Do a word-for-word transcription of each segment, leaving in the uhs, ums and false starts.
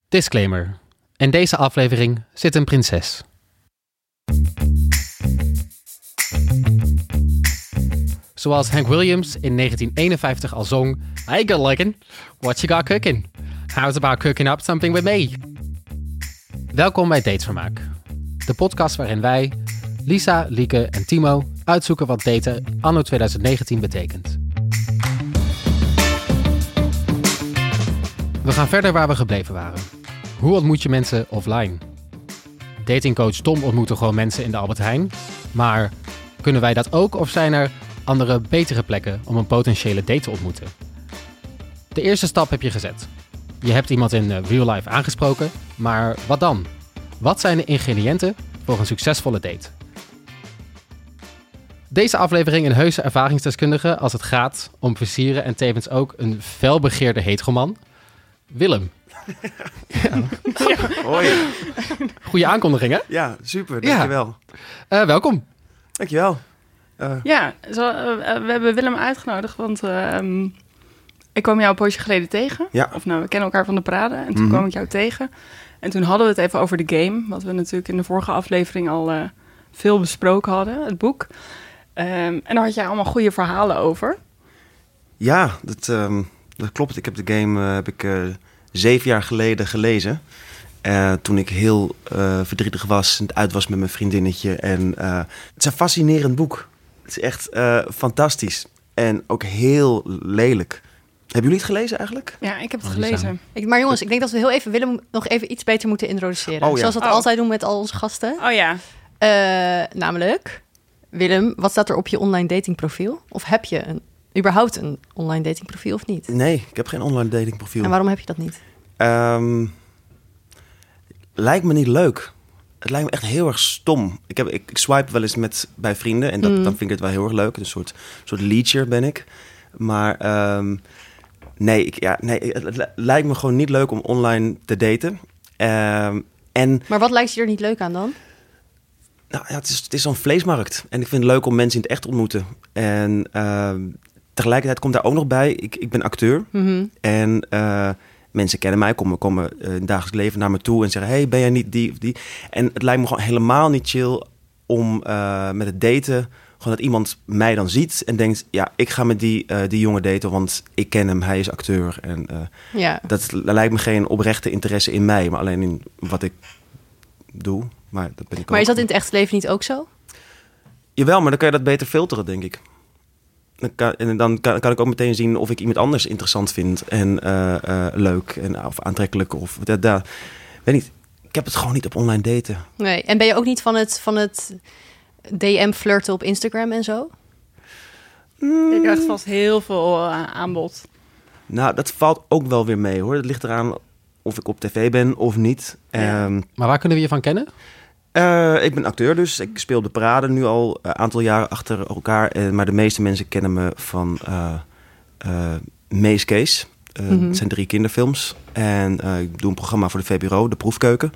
Disclaimer. In deze aflevering zit een prinses. Zoals Hank Williams in negentien eenenvijftig al zong... Hey good looking, what you got cooking? How's about cooking up something with me? Welkom bij Datesvermaak. De podcast waarin wij, Lisa, Lieke en Timo... uitzoeken wat daten anno twintig negentien betekent. We gaan verder waar we gebleven waren. Hoe ontmoet je mensen offline? Datingcoach Tom ontmoette gewoon mensen in de Albert Heijn. Maar kunnen wij dat ook of zijn er andere, betere plekken om een potentiële date te ontmoeten? De eerste stap heb je gezet. Je hebt iemand in real life aangesproken, maar wat dan? Wat zijn de ingrediënten voor een succesvolle date? Deze aflevering een heuse ervaringsdeskundige als het gaat om versieren en tevens ook een felbegeerde heteroman. Willem. Ja. Hoi. Goeie aankondiging, hè? Ja, super. Dankjewel. Ja. Uh, welkom. Dankjewel. Uh. Ja, zo, uh, we hebben Willem uitgenodigd, want uh, um, ik kwam jou een poosje geleden tegen. Ja. Of nou, we kennen elkaar van de parade. En toen Mm-hmm. kwam ik jou tegen. En toen hadden we het even over de game. Wat we natuurlijk in de vorige aflevering al uh, veel besproken hadden, het boek. Um, en daar had jij allemaal goede verhalen over. Ja, dat, um, dat klopt. Ik heb de game uh, heb ik, uh, zeven jaar geleden gelezen. Uh, toen ik heel uh, verdrietig was en het uit was met mijn vriendinnetje. En uh, het is een fascinerend boek. Het is echt uh, fantastisch. En ook heel lelijk. Hebben jullie het gelezen eigenlijk? Ja, ik heb het Oh, gelezen. Ik, maar jongens, ik denk dat we heel even Willem nog even iets beter moeten introduceren. Oh, ja. Zoals we het Oh. altijd doen met al onze gasten. Oh ja. Uh, namelijk, Willem, wat staat er op je online datingprofiel? Of heb je een, überhaupt een online datingprofiel of niet? Nee, ik heb geen online datingprofiel. En waarom heb je dat niet? Um, lijkt me niet leuk. Het lijkt me echt heel erg stom. Ik, heb, ik, ik swipe wel eens met, bij vrienden en dat, Mm. dan vind ik het wel heel erg leuk. Een soort, soort leecher ben ik. Maar um, nee, ik, ja, nee, het, het lijkt me gewoon niet leuk om online te daten. Um, en, Maar wat lijkt je er niet leuk aan dan? nou, ja, het is, het is zo'n vleesmarkt. En ik vind het leuk om mensen in het echt te ontmoeten. En uh, tegelijkertijd komt daar ook nog bij, ik, ik ben acteur. Mm-hmm. En uh, mensen kennen mij, komen, komen uh, in het dagelijks leven naar me toe en zeggen... hey, ben jij niet die of die? En het lijkt me gewoon helemaal niet chill om uh, met het daten... gewoon dat iemand mij dan ziet en denkt... ja, ik ga met die, uh, die jongen daten, want ik ken hem, hij is acteur. En uh, Ja. dat lijkt me geen oprechte interesse in mij... maar alleen in wat ik doe. Maar, dat ben ik Maar ook. is dat in het echte leven niet ook zo? Jawel, maar dan kan je dat beter filteren, denk ik. Dan kan, en dan kan, kan ik ook meteen zien of ik iemand anders interessant vind. En uh, uh, leuk en, of aantrekkelijk. Of dat, dat. Weet niet, ik heb het gewoon niet op online daten. Nee. En ben je ook niet van het, van het D M-flirten op Instagram en zo? Mm, Je krijgt vast heel veel uh, aanbod. nou, dat valt ook wel weer mee, hoor. Het ligt eraan of ik op tv ben of niet. Ja. Um, Maar waar kunnen we je van kennen? Uh, ik ben acteur dus. Ik speel op de parade nu al een aantal jaren achter elkaar. Uh, maar de meeste mensen kennen me van uh, uh, Mees Kees. Uh, Mm-hmm. Het zijn drie kinderfilms. En uh, ik doe een programma voor de V P R O, De Proefkeuken.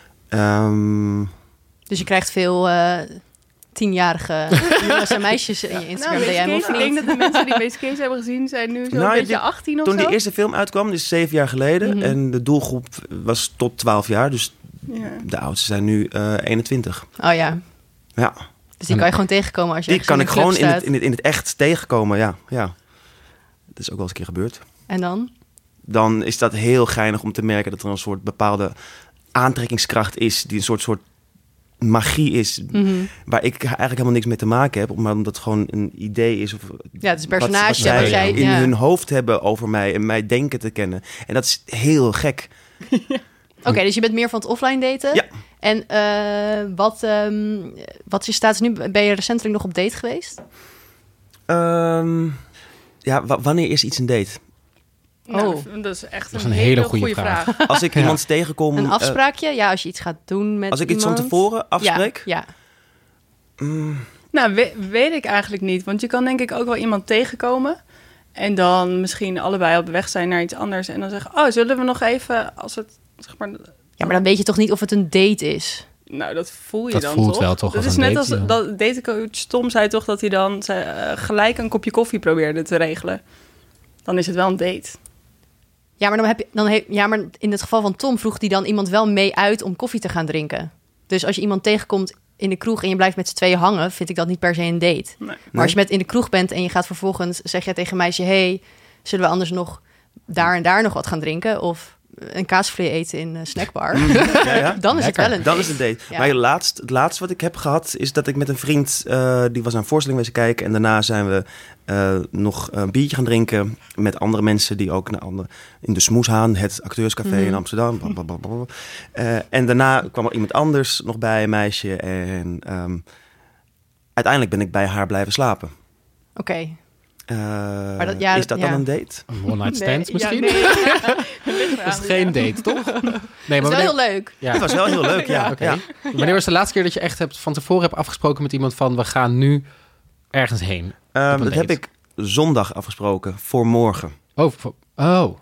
Um, Dus je krijgt veel uh, tienjarige jongens en meisjes in je Instagram Nou, D M, Mees of Kees, ik denk niet? dat de mensen die Mees Kees hebben gezien... zijn nu zo'n Nou, beetje je- achttien of toen zo. die eerste film uitkwam, dus zeven jaar geleden. Mm-hmm. En de doelgroep was tot twaalf jaar. Dus Ja. de oudste zijn nu uh, eenentwintig. Oh ja. Ja, Dus die kan je gewoon tegenkomen als je die ergens kan in ik een gewoon club in het, staat. in, het, in het echt tegenkomen. Ja, ja. Dat is ook wel eens een keer gebeurd. En dan? Dan is dat heel geinig om te merken dat er een soort bepaalde aantrekkingskracht is, die een soort, soort magie is, Mm-hmm. waar ik eigenlijk helemaal niks mee te maken heb, maar omdat het gewoon een idee is. Of Ja, het is een wat- personage. wat zij wat jij, in ja. hun hoofd hebben over mij en mij denken te kennen. En dat is heel gek. Oké, dus je bent meer van het offline daten. Ja. En uh, wat, um, wat is je status nu? Ben je recentelijk nog op date geweest? Um, ja, w- wanneer is iets een date? Nou, Oh. dat is echt Dat is een, een hele, hele goede goede vraag. vraag. Als ik Ja. iemand tegenkom... Een uh, afspraakje? Ja, als je iets gaat doen met als ik iemand. iets van tevoren afspreek? Ja, ja. Mm, Nou, we- weet ik eigenlijk niet. Want je kan denk ik ook wel iemand tegenkomen. En dan misschien allebei op weg zijn naar iets anders. En dan zeggen, oh, zullen we nog even... Als het, zeg maar, ja, maar dan weet je toch niet of het een date is? nou, dat voel je Dat dan voelt toch? wel toch Dat als is een net date, als ja. dat datecoach Tom zei toch dat hij dan zei, uh, gelijk een kopje koffie probeerde te regelen. Dan is het wel een date. Ja, maar dan heb je dan he, ja, maar in het geval van Tom vroeg die dan iemand wel mee uit om koffie te gaan drinken. Dus als je iemand tegenkomt in de kroeg en je blijft met z'n tweeën hangen, vind ik dat niet per se een date. Nee. Maar nee. als je met in de kroeg bent en je gaat vervolgens, zeg je tegen een meisje, hey, zullen we anders nog daar en daar nog wat gaan drinken? Of een kaasvlees eten in een snackbar. Mm, ja, ja. Dan is Lekker. het wel een date. Dan is het een date. Ja. Maar het laatste, het laatste wat ik heb gehad is dat ik met een vriend, uh, die was aan een voorstelling wezen kijken. En daarna zijn we uh, nog een biertje gaan drinken met andere mensen die ook naar andere, in de Smoeshaan, het acteurscafé mm. in Amsterdam. Blablabla. Uh, en daarna kwam er iemand anders nog bij, een meisje. En um, uiteindelijk ben ik bij haar blijven slapen. Oké. Okay. Uh, maar dat, ja, is dat ja. dan een date? Een one-night stand nee, misschien? Ja, nee. Dat is geen date, toch? Nee, maar dat was wel heel leuk. Ja. Het was wel heel leuk, ja. ja. Okay. ja. Wanneer was de laatste keer dat je echt hebt, van tevoren hebt afgesproken met iemand van, we gaan nu ergens heen? Um, dat date. heb ik zondag afgesproken, voor morgen. Oh, voor, oh.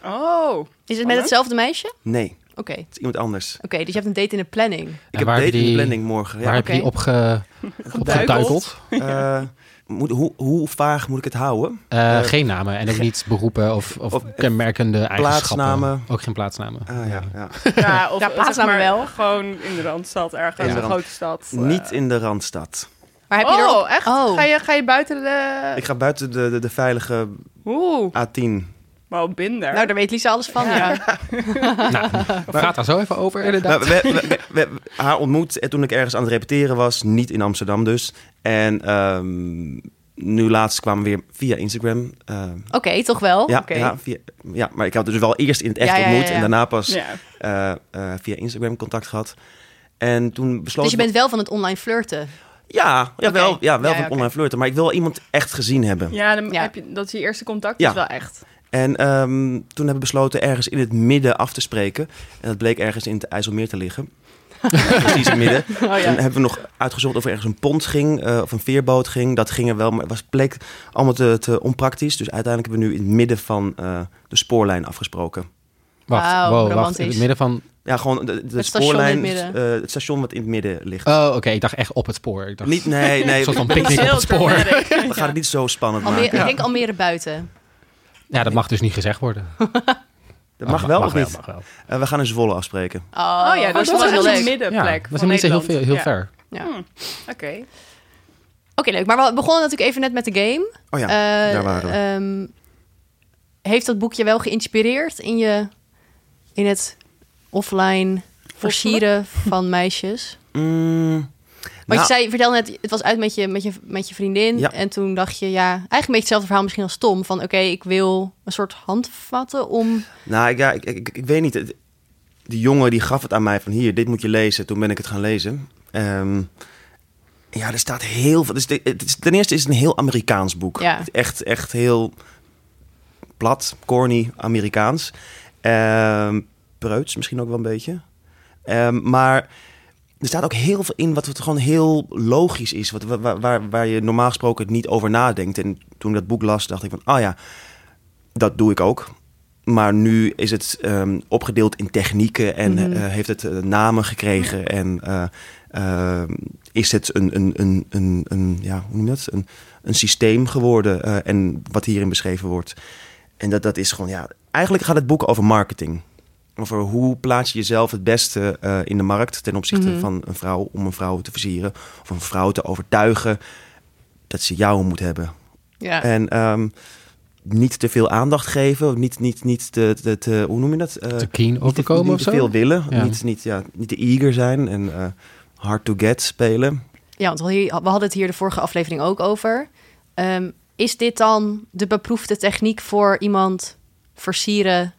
oh. Is het met hetzelfde meisje? Nee. Oké. Okay. Het is iemand anders. Oké, okay, dus je hebt een date in de planning. Ik en heb een date die, in de planning morgen. Ja. Waar okay. heb je die opge, opgeduikeld? Uh, Moet, hoe, hoe vaag moet ik het houden? Uh, uh, geen namen en ook niet beroepen of, of, of kenmerkende eigenschappen. Plaatsnamen. Ook geen plaatsnamen. Uh, ja, ja. ja, of ja, plaatsnamen wel. Gewoon in de Randstad, ergens ja. in een grote stad. Uh. Niet in de Randstad. Maar heb je oh, er ook... echt? Oh. Ga, je, ga je buiten de... Ik ga buiten de, de, de veilige Oeh. A tien. Wow, binder. Nou, daar weet Lisa alles van, ja. ja. nou, we gaan daar zo even over, inderdaad. We, we, we, we, we haar ontmoet toen ik ergens aan het repeteren was. Niet in Amsterdam dus. En... Um, nu laatst kwamen we weer via Instagram. Uh, Oké, okay, toch wel? Ja, okay. ja, via, ja, maar ik had dus wel eerst in het echt ja, ontmoet... Ja, ja, ja. en daarna pas ja. uh, uh, via Instagram contact gehad. En toen besloot... Dus je bent wel van het online flirten? Ja, ja okay. wel, ja, wel ja, van het okay. online flirten. Maar ik wil wel iemand echt gezien hebben. Ja, dan ja. Heb je, dat is je eerste contact, ja. is wel echt. En um, toen hebben we besloten ergens in het midden af te spreken. En dat bleek ergens in het IJsselmeer te liggen. Precies in het midden. Oh, ja. Toen hebben we nog uitgezocht of er ergens een pont ging, uh, of een veerboot ging. Dat ging er wel, maar het was, bleek allemaal te, te onpraktisch. Dus uiteindelijk hebben we nu in het midden van uh, de spoorlijn afgesproken. Wacht, wow, wow, wacht, in het midden van... Ja, gewoon de, de het spoorlijn, station uh, het station wat in het midden ligt. Oh, oké, okay. Ik dacht echt op het spoor. Ik dacht... Niet, nee, nee. Een soort van picknick op het spoor. We gaan het niet zo spannend Almere, maken. Ik denk Almere buiten. Ja, dat mag dus niet gezegd worden. Dat mag, mag wel mag of wel, niet? Mag wel. Uh, we gaan in Zwolle afspreken. Oh, oh ja, dat, dat is wel een middenplek. Ja, dat is niet zo heel, veel, heel ja. ver. Ja. Hmm. Oké. Oké, okay, leuk. Maar we begonnen natuurlijk even net met de game. Oh ja, uh, daar waren we. Um, heeft dat boekje wel geïnspireerd in, je, in het offline versieren van meisjes? Mm. Want Nou, je zei, vertel net, het was uit met je, met je, met je vriendin. Ja. En toen dacht je, ja, eigenlijk een beetje hetzelfde verhaal misschien als Tom. Van oké, okay, ik wil een soort handvatten om... Nou, ik, ja, ik, ik, ik weet niet. Die jongen die gaf het aan mij van hier, dit moet je lezen. Toen ben ik het gaan lezen. Um, ja, er staat heel veel. Dus de, het is, ten eerste is het een heel Amerikaans boek. Ja. Echt, echt heel plat, corny, Amerikaans. Um, preuts misschien ook wel een beetje. Um, maar... Er staat ook heel veel in wat het gewoon heel logisch is. Wat, waar, waar, waar je normaal gesproken het niet over nadenkt. En toen ik dat boek las, dacht ik van... Oh ja, dat doe ik ook. Maar nu is het um, opgedeeld in technieken. En mm-hmm. uh, heeft het uh, namen gekregen. En uh, uh, is het een, een, een, een, een, ja, hoe noem je dat? Een, een systeem geworden. Uh, en wat hierin beschreven wordt. En dat, dat is gewoon, ja... Eigenlijk gaat het boek over marketing. Over hoe plaats je jezelf het beste uh, in de markt ten opzichte mm-hmm. van een vrouw, om een vrouw te versieren. Of een vrouw te overtuigen dat ze jou moet hebben. Ja. En um, niet te veel aandacht geven. Niet, niet, niet te, te, te, hoe noem je dat? Uh, te keen overkomen niet, of niet zo? te veel willen. Ja. Niet, niet, ja, niet te eager zijn en uh, hard to get spelen. Ja, want we hadden het hier de vorige aflevering ook over. Um, is dit dan de beproefde techniek voor iemand versieren...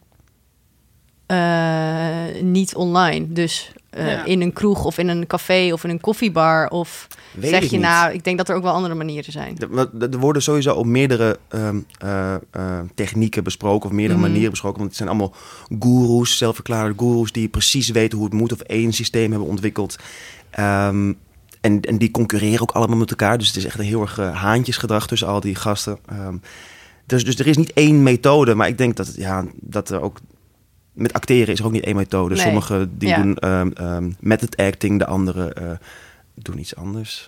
Uh, niet online. Dus uh, ja. in een kroeg of in een café of in een koffiebar. Of Weet zeg ik je niet. nou, ik denk dat er ook wel andere manieren zijn. Er worden sowieso op meerdere um, uh, uh, technieken besproken of meerdere mm. manieren besproken. Want het zijn allemaal goeroes, zelfverklaarde goeroes die precies weten hoe het moet of één systeem hebben ontwikkeld. Um, en, en die concurreren ook allemaal met elkaar. Dus het is echt een heel erg uh, haantjesgedrag tussen al die gasten. Um, dus, dus er is niet één methode, maar ik denk dat, ja, dat er ook... Met acteren is er ook niet één methode. Nee. Sommigen die ja. doen um, um, method acting, de andere doe iets anders.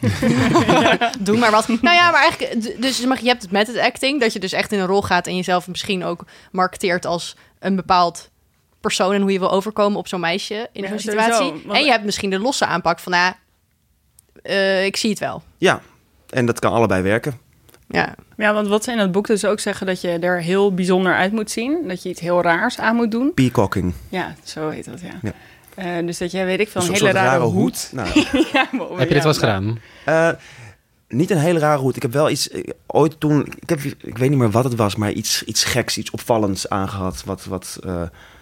ja. Doe maar wat. Nou ja, maar eigenlijk... Dus je hebt het met het acting, dat je dus echt in een rol gaat en jezelf misschien ook marketeert als een bepaald persoon en hoe je wil overkomen op zo'n meisje in ja, zo'n situatie. Sowieso, want... En je hebt misschien de losse aanpak van, nou, uh, ik zie het wel. Ja, en dat kan allebei werken. Ja. ja, want wat ze in het boek dus ook zeggen, dat je er heel bijzonder uit moet zien. Dat je iets heel raars aan moet doen. Peacocking. Ja, zo heet dat, ja. ja. Uh, dus dat jij, weet ik veel, een, een hele rare, rare hoed. hoed. Nou. ja, heb je dit wel eens gedaan? Uh, niet een hele rare hoed. Ik heb wel iets... Uh, ooit toen... Ik, heb, ik weet niet meer wat het was, maar iets, iets geks, iets opvallends aangehad. Wat... wat uh,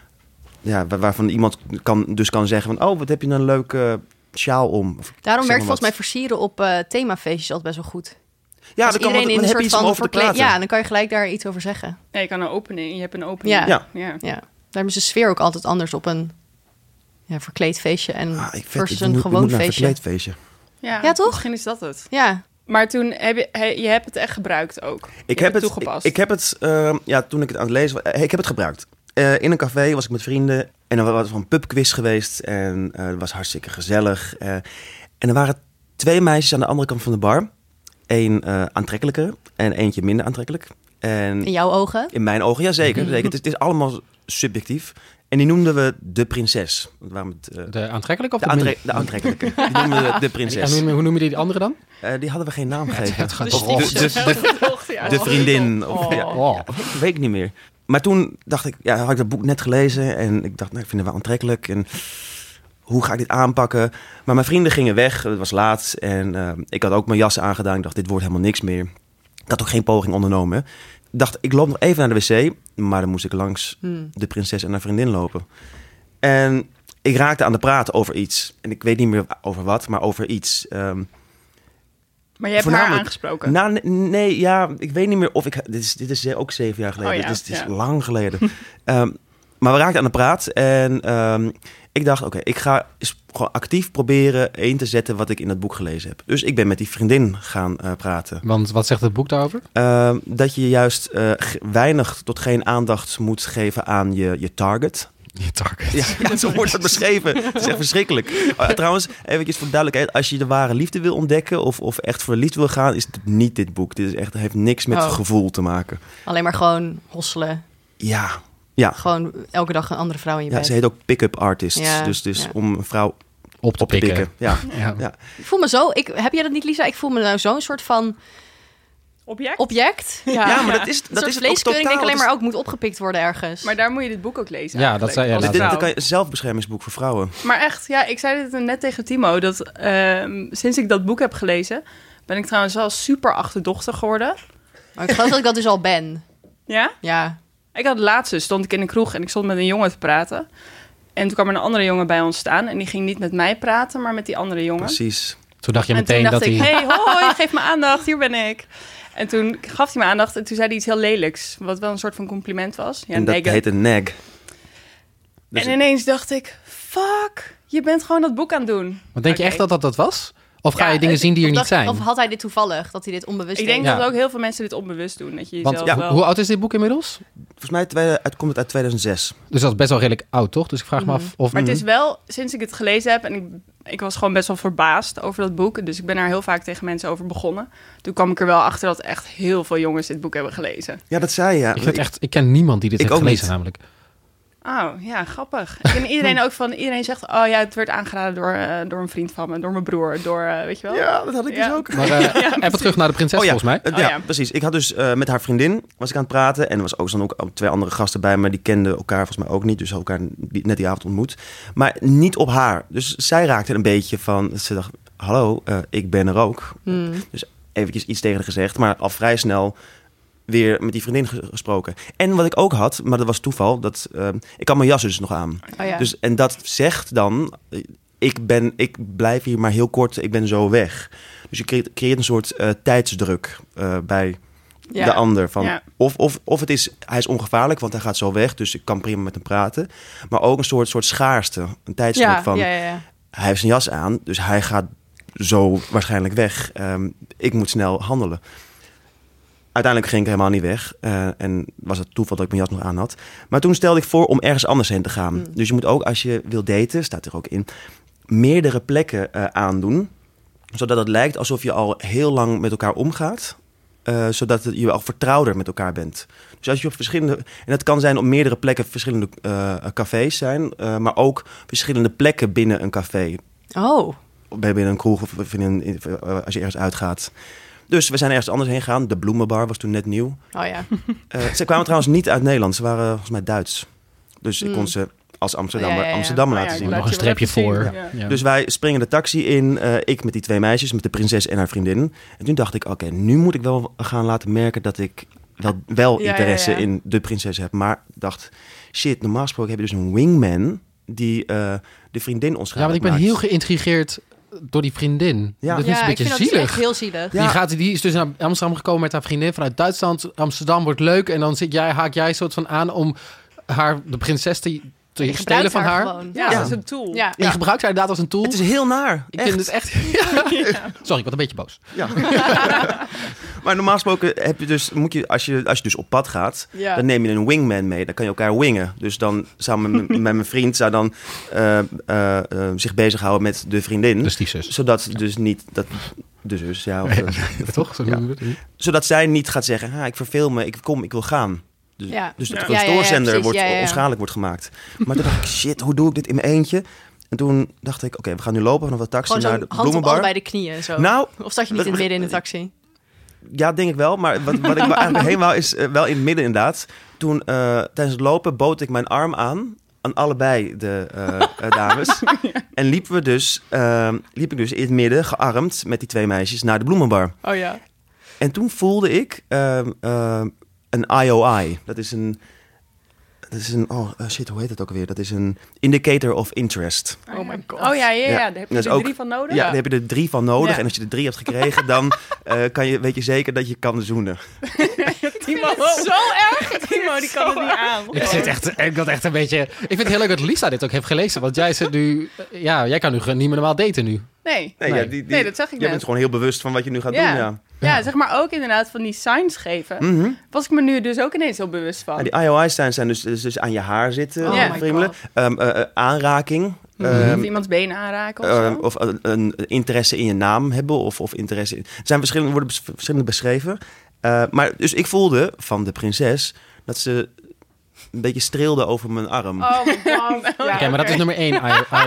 ja, waarvan iemand kan, dus kan zeggen van... Oh, wat heb je een leuke sjaal om. Of, Daarom werkt volgens mij versieren op uh, themafeestjes altijd best wel goed. Ja, als dan iedereen kan, in een soort van verkleed... Ja, dan kan je gelijk daar iets over zeggen. Ja, je kan een opening. Je hebt een opening. Ja, ja. ja. ja. Daarom is de sfeer ook altijd anders op een ja, verkleed feestje en ah, ik versus weet, een moet, gewoon moet feestje. Een verkleed feestje. Ja, ja, toch? Misschien is dat het. Ja. Maar toen heb je, he, je hebt het echt gebruikt ook. Ik je heb het het toegepast. Ik, ik heb het, uh, ja, toen ik het aan het lezen was, ik heb het gebruikt. Uh, in een café was ik met vrienden en er was een pubquiz geweest en uh, het was hartstikke gezellig. Uh, en er waren twee meisjes aan de andere kant van de bar. Eén uh, aantrekkelijker en eentje minder aantrekkelijk. En in jouw ogen? In mijn ogen, ja zeker. zeker. Het, is, het is allemaal subjectief. En die noemden we de prinses. Het, uh, de aantrekkelijke of de, de, aantre- de aantrekkelijke? Die noemden we de prinses. En hoe noem je die andere dan? Uh, die hadden we geen naam gegeven. Ja, het gaat of de, de, de, de, de vriendin. Of, ja, oh. weet ik niet meer. Maar toen dacht ik, ja, had ik dat boek net gelezen. En ik dacht, nou, ik vind het wel aantrekkelijk. En hoe ga ik dit aanpakken? Maar mijn vrienden gingen weg. Het was laat. En uh, ik had ook mijn jas aangedaan. Ik dacht, dit wordt helemaal niks meer. Ik had ook geen poging ondernomen. Ik dacht, ik loop nog even naar de wc. Maar dan moest ik langs hmm. de prinses en haar vriendin lopen. En ik raakte aan de praten over iets. En ik weet niet meer over wat, maar over iets. Um, maar je hebt haar aangesproken? Nou, nee, ja, ik weet niet meer of ik... Dit is, dit is ook zeven jaar geleden. Oh, ja, dit is, dit is ja. lang geleden. um, maar we raakten aan de praat. En um, ik dacht, oké, okay, ik ga eens gewoon actief proberen in te zetten wat ik in het boek gelezen heb. Dus ik ben met die vriendin gaan uh, praten. Want wat zegt het boek daarover? Uh, dat je juist uh, weinig tot geen aandacht moet geven aan je, je target. Je target. Ja, ja, zo wordt het beschreven. Het is echt verschrikkelijk. Uh, trouwens, eventjes voor de duidelijkheid. Als je de ware liefde wil ontdekken of, of echt voor de liefde wil gaan, is het niet dit boek. Dit is echt, heeft niks met oh. gevoel te maken. Alleen maar gewoon hosselen. Ja. Ja. Gewoon elke dag een andere vrouw in je ja, bed. Ze heet ook pick-up artist. Ja, dus dus ja. om een vrouw op te op pikken. pikken. Ja. Ja. Ja. Ik voel me zo... Ik, heb jij dat niet, Lisa? Ik voel me nou zo'n soort van... Object? Object. Ja, ja maar dat is, dat een is soort vleeskeuring totaal, denk alleen is... maar ook moet opgepikt worden ergens. Maar daar moet je dit boek ook lezen. Ja, dat zei je. Dit, dit, dit kan je een zelfbeschermingsboek voor vrouwen. Maar echt, ja, ik zei dit net tegen Timo. Dat uh, sinds ik dat boek heb gelezen, ben ik trouwens wel super achterdochtig geworden. Maar ik geloof dat ik dat dus al ben. Ja? Ja. Ik had laatst, stond ik in een kroeg en ik stond met een jongen te praten. En toen kwam er een andere jongen bij ons staan. En die ging niet met mij praten, maar met die andere jongen. Precies. Toen dacht je en meteen toen dacht dat ik, hij... hey, hoi, geef me aandacht, hier ben ik. En toen gaf hij me aandacht en toen zei hij iets heel lelijks. Wat wel een soort van compliment was. Ja, en dat naggen. heet een nag. Dus en ineens dacht ik, fuck, je bent gewoon dat boek aan het doen. Maar denk okay. je echt dat dat dat was? Of ga ja, je dingen het, zien die er niet dacht, zijn? Of had hij dit toevallig, dat hij dit onbewust Ik deed? denk ja. dat ook heel veel mensen dit onbewust doen. Dat je Want jezelf ja, wel... hoe oud is dit boek inmiddels? Volgens mij twee, het komt het uit tweeduizend zes. Dus dat is best wel redelijk oud, toch? Dus ik vraag mm-hmm. me af of... Maar het is wel, sinds ik het gelezen heb... en ik, ik was gewoon best wel verbaasd over dat boek... dus ik ben daar heel vaak tegen mensen over begonnen. Toen kwam ik er wel achter dat echt heel veel jongens dit boek hebben gelezen. Ja, dat zei je. Ja. Ik, vind echt, ik ken niemand die dit ik heeft gelezen niet. namelijk. Oh, ja, grappig. Ik ken iedereen ook van... Iedereen zegt, oh ja, het werd aangeraden door, uh, door een vriend van me... door mijn broer, door, uh, weet je wel? Ja, dat had ik ja. dus ook. Maar uh, ja, even terug naar de prinses, oh, ja. volgens mij. Uh, ja, oh, ja, precies. Ik had dus uh, met haar vriendin was ik aan het praten. En er was ook, dan ook twee andere gasten bij me. Die kenden elkaar volgens mij ook niet. Dus elkaar net die avond ontmoet. Maar niet op haar. Dus zij raakte een beetje van... Ze dacht, hallo, uh, ik ben er ook. Hmm. Dus eventjes iets tegen haar gezegd. Maar al vrij snel... weer met die vriendin gesproken. En wat ik ook had, maar dat was toeval, dat uh, ik had mijn jas dus nog aan. Oh ja. Dus en dat zegt dan, ik ben, ik blijf hier maar heel kort, ik ben zo weg. Dus je creëert, creëert een soort uh, tijdsdruk uh, bij ja. de ander. Van, ja. of, of, of het is, hij is ongevaarlijk, want hij gaat zo weg, dus ik kan prima met hem praten. Maar ook een soort, soort schaarste, een tijdsdruk ja, van, ja, ja, ja. hij heeft zijn jas aan, dus hij gaat zo waarschijnlijk weg. Um, ik moet snel handelen. Uiteindelijk ging ik helemaal niet weg. Uh, en was het toeval dat ik mijn jas nog aan had. Maar toen stelde ik voor om ergens anders heen te gaan. Mm. Dus je moet ook, als je wil daten, staat er ook in... meerdere plekken uh, aandoen. Zodat het lijkt alsof je al heel lang met elkaar omgaat. Uh, zodat het, je al vertrouwder met elkaar bent. Dus als je op verschillende... En dat kan zijn op meerdere plekken verschillende uh, cafés zijn. Uh, maar ook verschillende plekken binnen een café. Oh. Binnen een kroeg of in een, in, uh, als je ergens uitgaat. Dus we zijn ergens anders heen gegaan. De Bloemenbar was toen net nieuw. Oh ja. Uh, ze kwamen trouwens niet uit Nederland. Ze waren volgens mij Duits. Dus mm. ik kon ze als Amsterdammer, ja, ja, ja. Amsterdam laten ja, zien. Nog een streepje voor. Ja. Ja. Dus wij springen de taxi in. Uh, ik met die twee meisjes, met de prinses en haar vriendin. En toen dacht ik, oké, okay, nu moet ik wel gaan laten merken dat ik wel, wel ja, interesse ja, ja. in de prinses heb. Maar dacht, shit, normaal gesproken heb je dus een wingman die uh, de vriendin ons gaat. Ja, want ik ben maakt. heel geïntrigeerd door die vriendin. Ja, dat is ja, een beetje ik vind zielig. Dat is echt heel zielig. Ja. Die, gaat, die is dus naar Amsterdam gekomen met haar vriendin vanuit Duitsland. Amsterdam wordt leuk en dan zit jij, haak jij soort van aan om haar, de prinses te... te stelen van haar. haar. Ja, ja, dat is een tool. Ja. Je gebruikt haar inderdaad als een tool. Het is heel naar. Ik echt. vind het echt... Ja. Ja. Sorry, ik word een beetje boos. Ja. Maar normaal gesproken heb je dus, moet je, als je, als je dus op pad gaat, ja. dan neem je een wingman mee. Dan kan je elkaar wingen. Dus dan zou mijn, met mijn vriend zou dan uh, uh, uh, zich bezighouden met de vriendin. Dus die zus. Zodat ja. dus niet... Dat, de zus, ja. Of, uh, Toch? Zo ja. Zodat zij niet gaat zeggen, ha, ik verveel me, ik kom, ik wil gaan. Dus, ja. dus de ja. stoorzender ja, ja, wordt ja, ja. onschadelijk wordt gemaakt. Maar toen dacht ik, shit, hoe doe ik dit in mijn eentje? En toen dacht ik, oké, okay, we gaan nu lopen vanaf de taxi Gewoon naar de hand Bloemenbar. Hand op allebei de knieën zo. Nou, of zat je niet in het midden in de taxi? Ja, denk ik wel. Maar wat, wat ik eigenlijk heen wou is uh, wel in het midden inderdaad. Toen uh, tijdens het lopen bood ik mijn arm aan aan allebei de uh, uh, dames. Ja. En liepen we dus, uh, liep ik dus in het midden, gearmd met die twee meisjes naar de Bloemenbar. Oh ja. En toen voelde ik uh, uh, een I O I. Dat is een... Dat is een, oh shit, hoe heet het ook alweer? Dat is een indicator of interest. Oh my god. Oh ja, ja, ja. ja. Daar heb je er ook, drie van nodig. Ja, daar heb je er drie van nodig. Ja. En als je er drie hebt gekregen, dan uh, kan je, weet je zeker dat je kan zoenen. Timo, zo erg. Timo, die kan het niet aan. Ik zit echt, ik had echt een beetje... Ik vind het heel leuk dat Lisa dit ook heeft gelezen. Want jij zit nu... Ja, jij kan nu niet meer normaal daten nu. Nee. Nee, nee. Ja, die, die, nee dat zeg ik Je net. bent gewoon heel bewust van wat je nu gaat ja. doen, ja. Ja, zeg maar ook inderdaad van die signs geven. Mm-hmm. Was ik me nu dus ook ineens heel bewust van. Ja, die I O I signs zijn dus, dus, dus aan je haar zitten, oh vrienden. Um, uh, uh, aanraking. Mm-hmm. Um, of iemands benen aanraken of uh, zo. Of uh, een interesse in je naam hebben. Of, of interesse in... Er zijn verschillende, worden bes- verschillende beschreven. Uh, maar dus ik voelde van de prinses dat ze een beetje streelde over mijn arm. Oh my god. Oké, okay, okay. Maar dat is nummer één.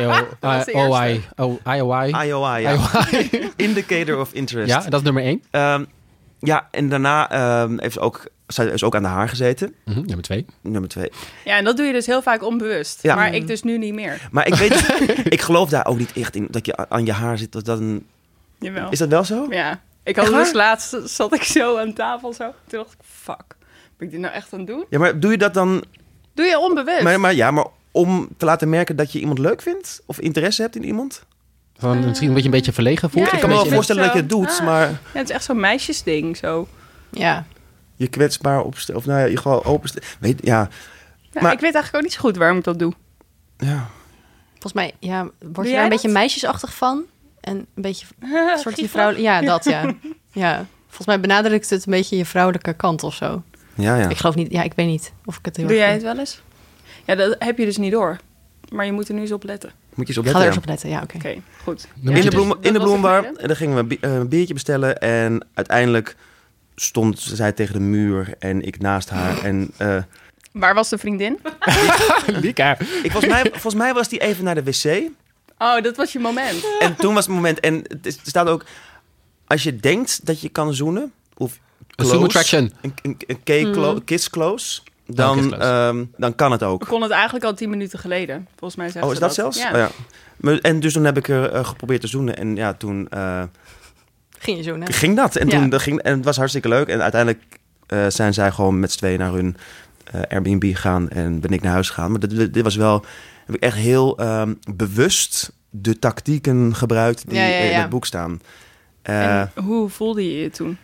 I O I. I O I. I O I, ja. Indicator of interest. Ja, dat is nummer één. Um, ja, en daarna um, heeft ze ook, ze is ook aan de haar gezeten. Mm-hmm, nummer twee. Nummer twee. Ja, en dat doe je dus heel vaak onbewust. Ja. Maar ik dus nu niet meer. Maar ik weet, ik geloof daar ook niet echt in, dat je aan je haar zit. Dat dat een... Jawel. Is dat wel zo? Ja. Ik had dus laatst, zat ik zo aan tafel zo. Toen dacht ik, fuck, ben ik dit nou echt aan het doen? Ja, maar doe je dat dan... Doe je onbewust. Maar, maar ja, maar om te laten merken dat je iemand leuk vindt? Of interesse hebt in iemand? Van, misschien een beetje een beetje verlegen voelt. Ja, ik kan me wel voorstellen zo. dat je het doet, ah. maar... Ja, het is echt zo'n meisjesding, zo. Ja. Je kwetsbaar opstellen, of nou ja, je gewoon openstellen. Weet, ja. ja maar, ik weet eigenlijk ook niet zo goed waarom ik dat doe. Ja. Volgens mij, ja, word Doe je jij daar een dat? beetje meisjesachtig van? En een beetje een soort je vrouw... Ja, dat ja. Ja. Volgens mij benadrukt het een beetje je vrouwelijke kant of zo. Ja, ja. Ik geloof niet, ja, ik weet niet of ik het heel Doe erg jij vind. het wel eens? Ja, dat heb je dus niet door. Maar je moet er nu eens op letten. Moet je eens op Ik ga letten, er eens ja. op letten, ja, oké. Oké, okay, goed. Ja, In de, dus- bloem, in de dat was bloembar, het en dan gingen we een, bi- uh, een biertje bestellen. En uiteindelijk stond zij tegen de muur en ik naast haar. En uh, Waar was de vriendin? Lika. ik, volgens, mij, volgens mij was die even naar de wc. Oh, dat was je moment. En toen was het moment. En het is- er staat ook, als je denkt dat je kan zoenen, of Een zoom close, attraction. een, een, een K clo- Mm. kiss close, dan, Oh, kiss close. um, dan kan het ook. Ik kon het eigenlijk al tien minuten geleden. Volgens mij zegt Oh, is ze dat zelfs? Ja. Oh, ja. Maar- En dus toen heb ik er uh, geprobeerd te zoenen. En ja, toen uh, Ging je zo, hè? ging dat. En, Ja. toen, dat ging, en het was hartstikke leuk. En uiteindelijk uh, zijn zij gewoon met z'n tweeën naar hun uh, Airbnb gegaan. En ben ik naar huis gegaan. Maar dit, dit was wel... Heb ik echt heel um, bewust de tactieken gebruikt die Ja, ja, ja. in het boek staan. Uh, En hoe voelde je je toen?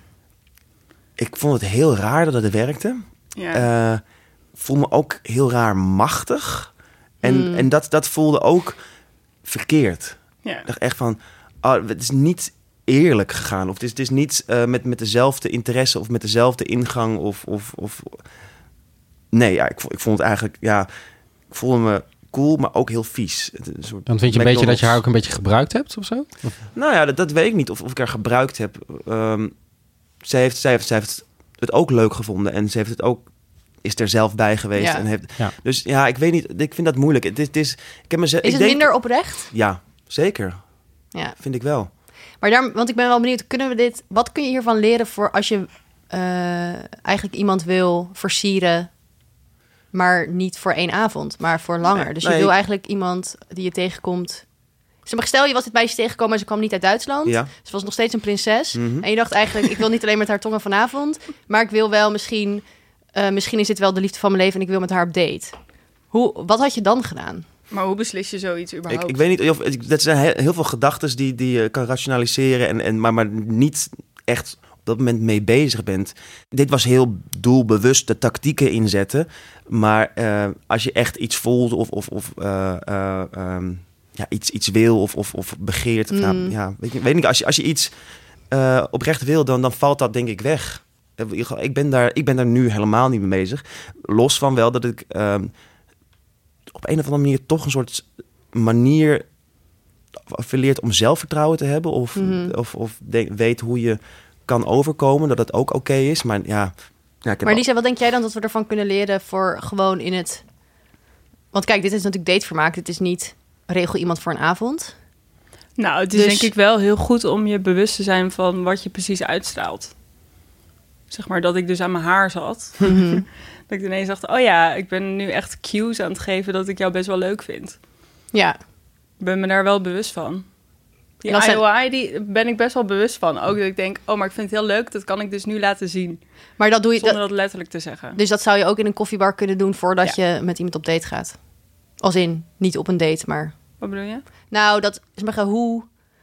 ik vond het heel raar dat het werkte. Ja. Uh, voel me ook heel raar machtig. En, Mm. en dat, dat voelde ook verkeerd. ja. Ik dacht echt van, oh, het is niet eerlijk gegaan. Of het is, het is niet uh, met, met dezelfde interesse of met dezelfde ingang. Of, of, of... Nee, ja, ik, ik vond het eigenlijk, ja, ik voelde me cool, maar ook heel vies. Een soort Dan vind je een beetje dat je haar ook een beetje gebruikt hebt of zo? Of? Nou ja, dat, dat weet ik niet of, of ik haar gebruikt heb. Um, zij, heeft, zij, heeft, zij heeft het ook leuk gevonden en ze heeft het ook is er zelf bij geweest. Ja. En heeft, Ja. Dus ja, ik weet niet. Ik vind dat moeilijk. Het is, het is, ik heb mezelf, Is ik het denk, minder oprecht? Ja, zeker. Ja. Vind ik wel. Maar daar, want ik ben wel benieuwd, kunnen we dit, wat kun je hiervan leren voor als je uh, eigenlijk iemand wil versieren, maar niet voor één avond, maar voor langer. Nee, dus je nee. wil eigenlijk iemand die je tegenkomt. Zeg maar, stel je was dit meisje tegengekomen en ze kwam niet uit Duitsland. Ja. Ze was nog steeds een prinses. Mm-hmm. En je dacht eigenlijk, ik wil niet alleen met haar tongen vanavond, maar ik wil wel misschien, uh, misschien is dit wel de liefde van mijn leven en ik wil met haar op date. Hoe, wat had je dan gedaan? Maar hoe beslis je zoiets überhaupt? Ik, ik weet niet of dat zijn heel, heel veel gedachten die, die je kan rationaliseren en, en maar, maar niet echt op dat moment mee bezig bent. Dit was heel doelbewust de tactieken inzetten, maar uh, als je echt iets voelt of, of, of uh, uh, um, ja, iets, iets wil of, of, of begeert, of, Mm. nou, ja, weet, je, weet niet, als je, als je iets uh, oprecht wil, dan, dan valt dat denk ik weg. Ik ben daar, ik ben daar nu helemaal niet mee bezig. Los van wel dat ik uh, op een of andere manier toch een soort manier verleert om zelfvertrouwen te hebben. Of, Mm-hmm. of, of de, weet hoe je kan overkomen, dat het ook oké okay is. Maar ja... ja ik heb maar Lisa, wat denk jij dan dat we ervan kunnen leren voor gewoon in het... Want kijk, dit is natuurlijk datevermaak. Dit is niet regel iemand voor een avond. Nou, het is Dus- denk ik wel heel goed om je bewust te zijn van wat je precies uitstraalt. Zeg maar dat ik dus aan mijn haar zat. Mm-hmm. Dat ik ineens dacht, oh ja, ik ben nu echt cues aan het geven dat ik jou best wel leuk vind. Ja, Ik ben me daar wel bewust van. Die En dat zijn- I O I, die ben ik best wel bewust van. Ook dat ik denk, oh, maar ik vind het heel leuk. Dat kan ik dus nu laten zien. maar dat doe je... Zonder Dat, dat letterlijk te zeggen. dus dat zou je ook in een koffiebar kunnen doen voordat Ja. je met iemand op date gaat. Als in, niet op een date, maar... Wat bedoel je? Nou, dat is maar hoe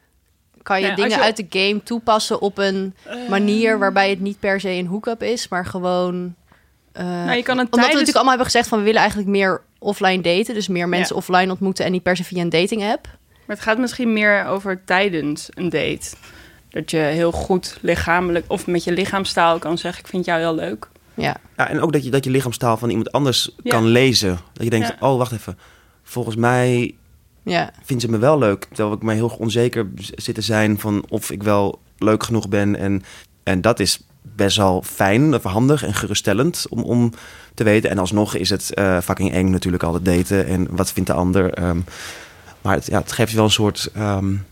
kan je Nou ja, dingen als je- uit de game toepassen op een manier waarbij het niet per se een hook-up is, maar gewoon. Uh, Nou, je kan een omdat we tijdens- natuurlijk allemaal hebben gezegd van we willen eigenlijk meer offline daten, dus meer mensen Ja. offline ontmoeten en niet per se via een dating app. Maar het gaat misschien meer over tijdens een date. Dat je heel goed lichamelijk of met je lichaamstaal kan zeggen, ik vind jou heel leuk. Ja, Ja, en ook dat je, dat je lichaamstaal van iemand anders Ja. kan lezen. Dat je denkt, Ja. oh, wacht even. Volgens mij ja, vindt ze me wel leuk. Terwijl ik me heel onzeker zit te zijn van of ik wel leuk genoeg ben. En, en dat is best wel fijn, of handig en geruststellend om, om te weten. En alsnog is het uh, fucking eng natuurlijk altijd daten. En wat vindt de ander? Um, maar het, ja, het geeft je wel een soort um,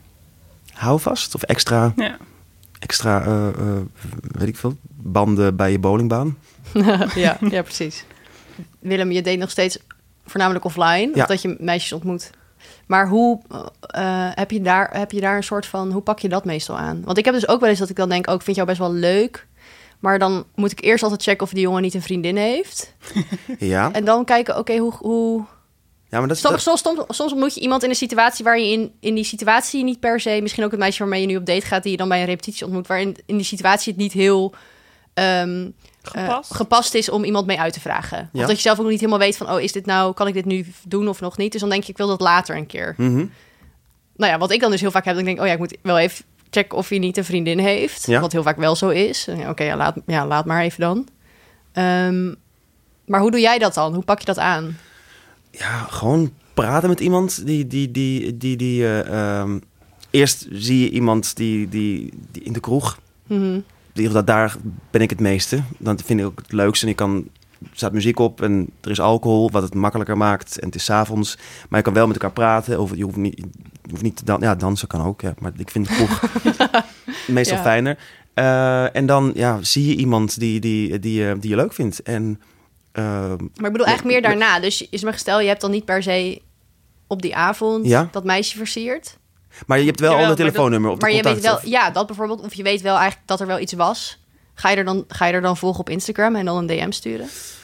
houvast of extra, Ja. extra uh, uh, weet ik veel, banden bij je bowlingbaan. ja, ja, precies. Willem, je date nog steeds voornamelijk offline, Ja. of dat je meisjes ontmoet. Maar hoe uh, heb, je daar, heb je daar een soort van, hoe pak je dat meestal aan? Want ik heb dus ook wel eens dat ik dan denk, oh, ik vind jou best wel leuk. Maar dan moet ik eerst altijd checken of die jongen niet een vriendin heeft. Ja, En dan kijken, oké, okay, hoe... hoe... ja, maar dat is... Soms, dat- soms, soms, soms ontmoet je iemand in een situatie waar je in, in die situatie niet per se... Misschien ook het meisje waarmee je nu op date gaat, die je dan bij een repetitie ontmoet, waarin in die situatie het niet heel... Um, Gepast. Uh, gepast is om iemand mee uit te vragen. Ja. Of dat je zelf ook nog niet helemaal weet van... oh, is dit nou, kan ik dit nu doen of nog niet? Dus dan denk je, ik wil dat later een keer. Mm-hmm. Nou ja, wat ik dan dus heel vaak heb... dan denk ik, oh ja, ik moet wel even checken of hij niet een vriendin heeft. Ja. Wat heel vaak wel zo is. Ja, Oké, okay, ja, laat, ja, laat maar even dan. Um, maar hoe doe jij dat dan? Hoe pak je dat aan? Ja, gewoon praten met iemand die... die, die, die, die uh, um, eerst zie je iemand die, die, die in de kroeg... Mm-hmm. Die, dat, daar ben ik het meeste. Dan vind ik ook het leukste. En je kan, er staat muziek op en er is alcohol, wat het makkelijker maakt. En het is 's avonds. Maar je kan wel met elkaar praten. Of je hoeft niet, je hoeft niet te dansen. Ja, dansen kan ook. Ja, maar ik vind het kroeg meestal Ja. fijner. Uh, en dan ja, zie je iemand die, die, die, die je leuk vindt. En, uh, Maar ik bedoel eigenlijk meer daarna. Dus is maar gestel, je hebt dan niet per se op die avond Ja. dat meisje versierd. maar je hebt wel Jawel, al een maar telefoonnummer op de Maar je contact. weet wel, of- ja, dat bijvoorbeeld. Of je weet wel eigenlijk dat er wel iets was. Ga je er dan, ga je er dan volgen op Instagram en dan een D M sturen?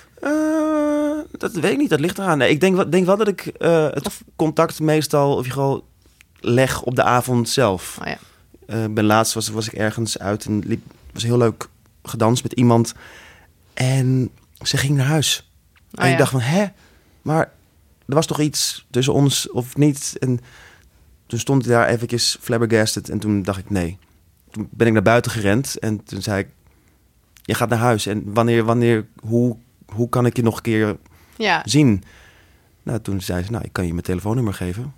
Uh, dat weet ik niet, dat ligt eraan. Nee, ik denk, wel- denk wel dat ik uh, het Of- contact meestal, of je gewoon leg op de avond zelf. Oh ja. Uh, ben laatst was, was ik ergens uit en liep, was heel leuk gedanst met iemand. En ze ging naar huis. Oh en ja. ik dacht van, hè? Maar er was toch iets tussen ons of niet? En toen stond ik daar eventjes flabbergasted en toen dacht ik, nee. Toen ben ik naar buiten gerend en toen zei ik, je gaat naar huis. En wanneer, wanneer, hoe, hoe kan ik je nog een keer Ja. zien? Nou, toen zei ze, nou, ik kan je mijn telefoonnummer geven.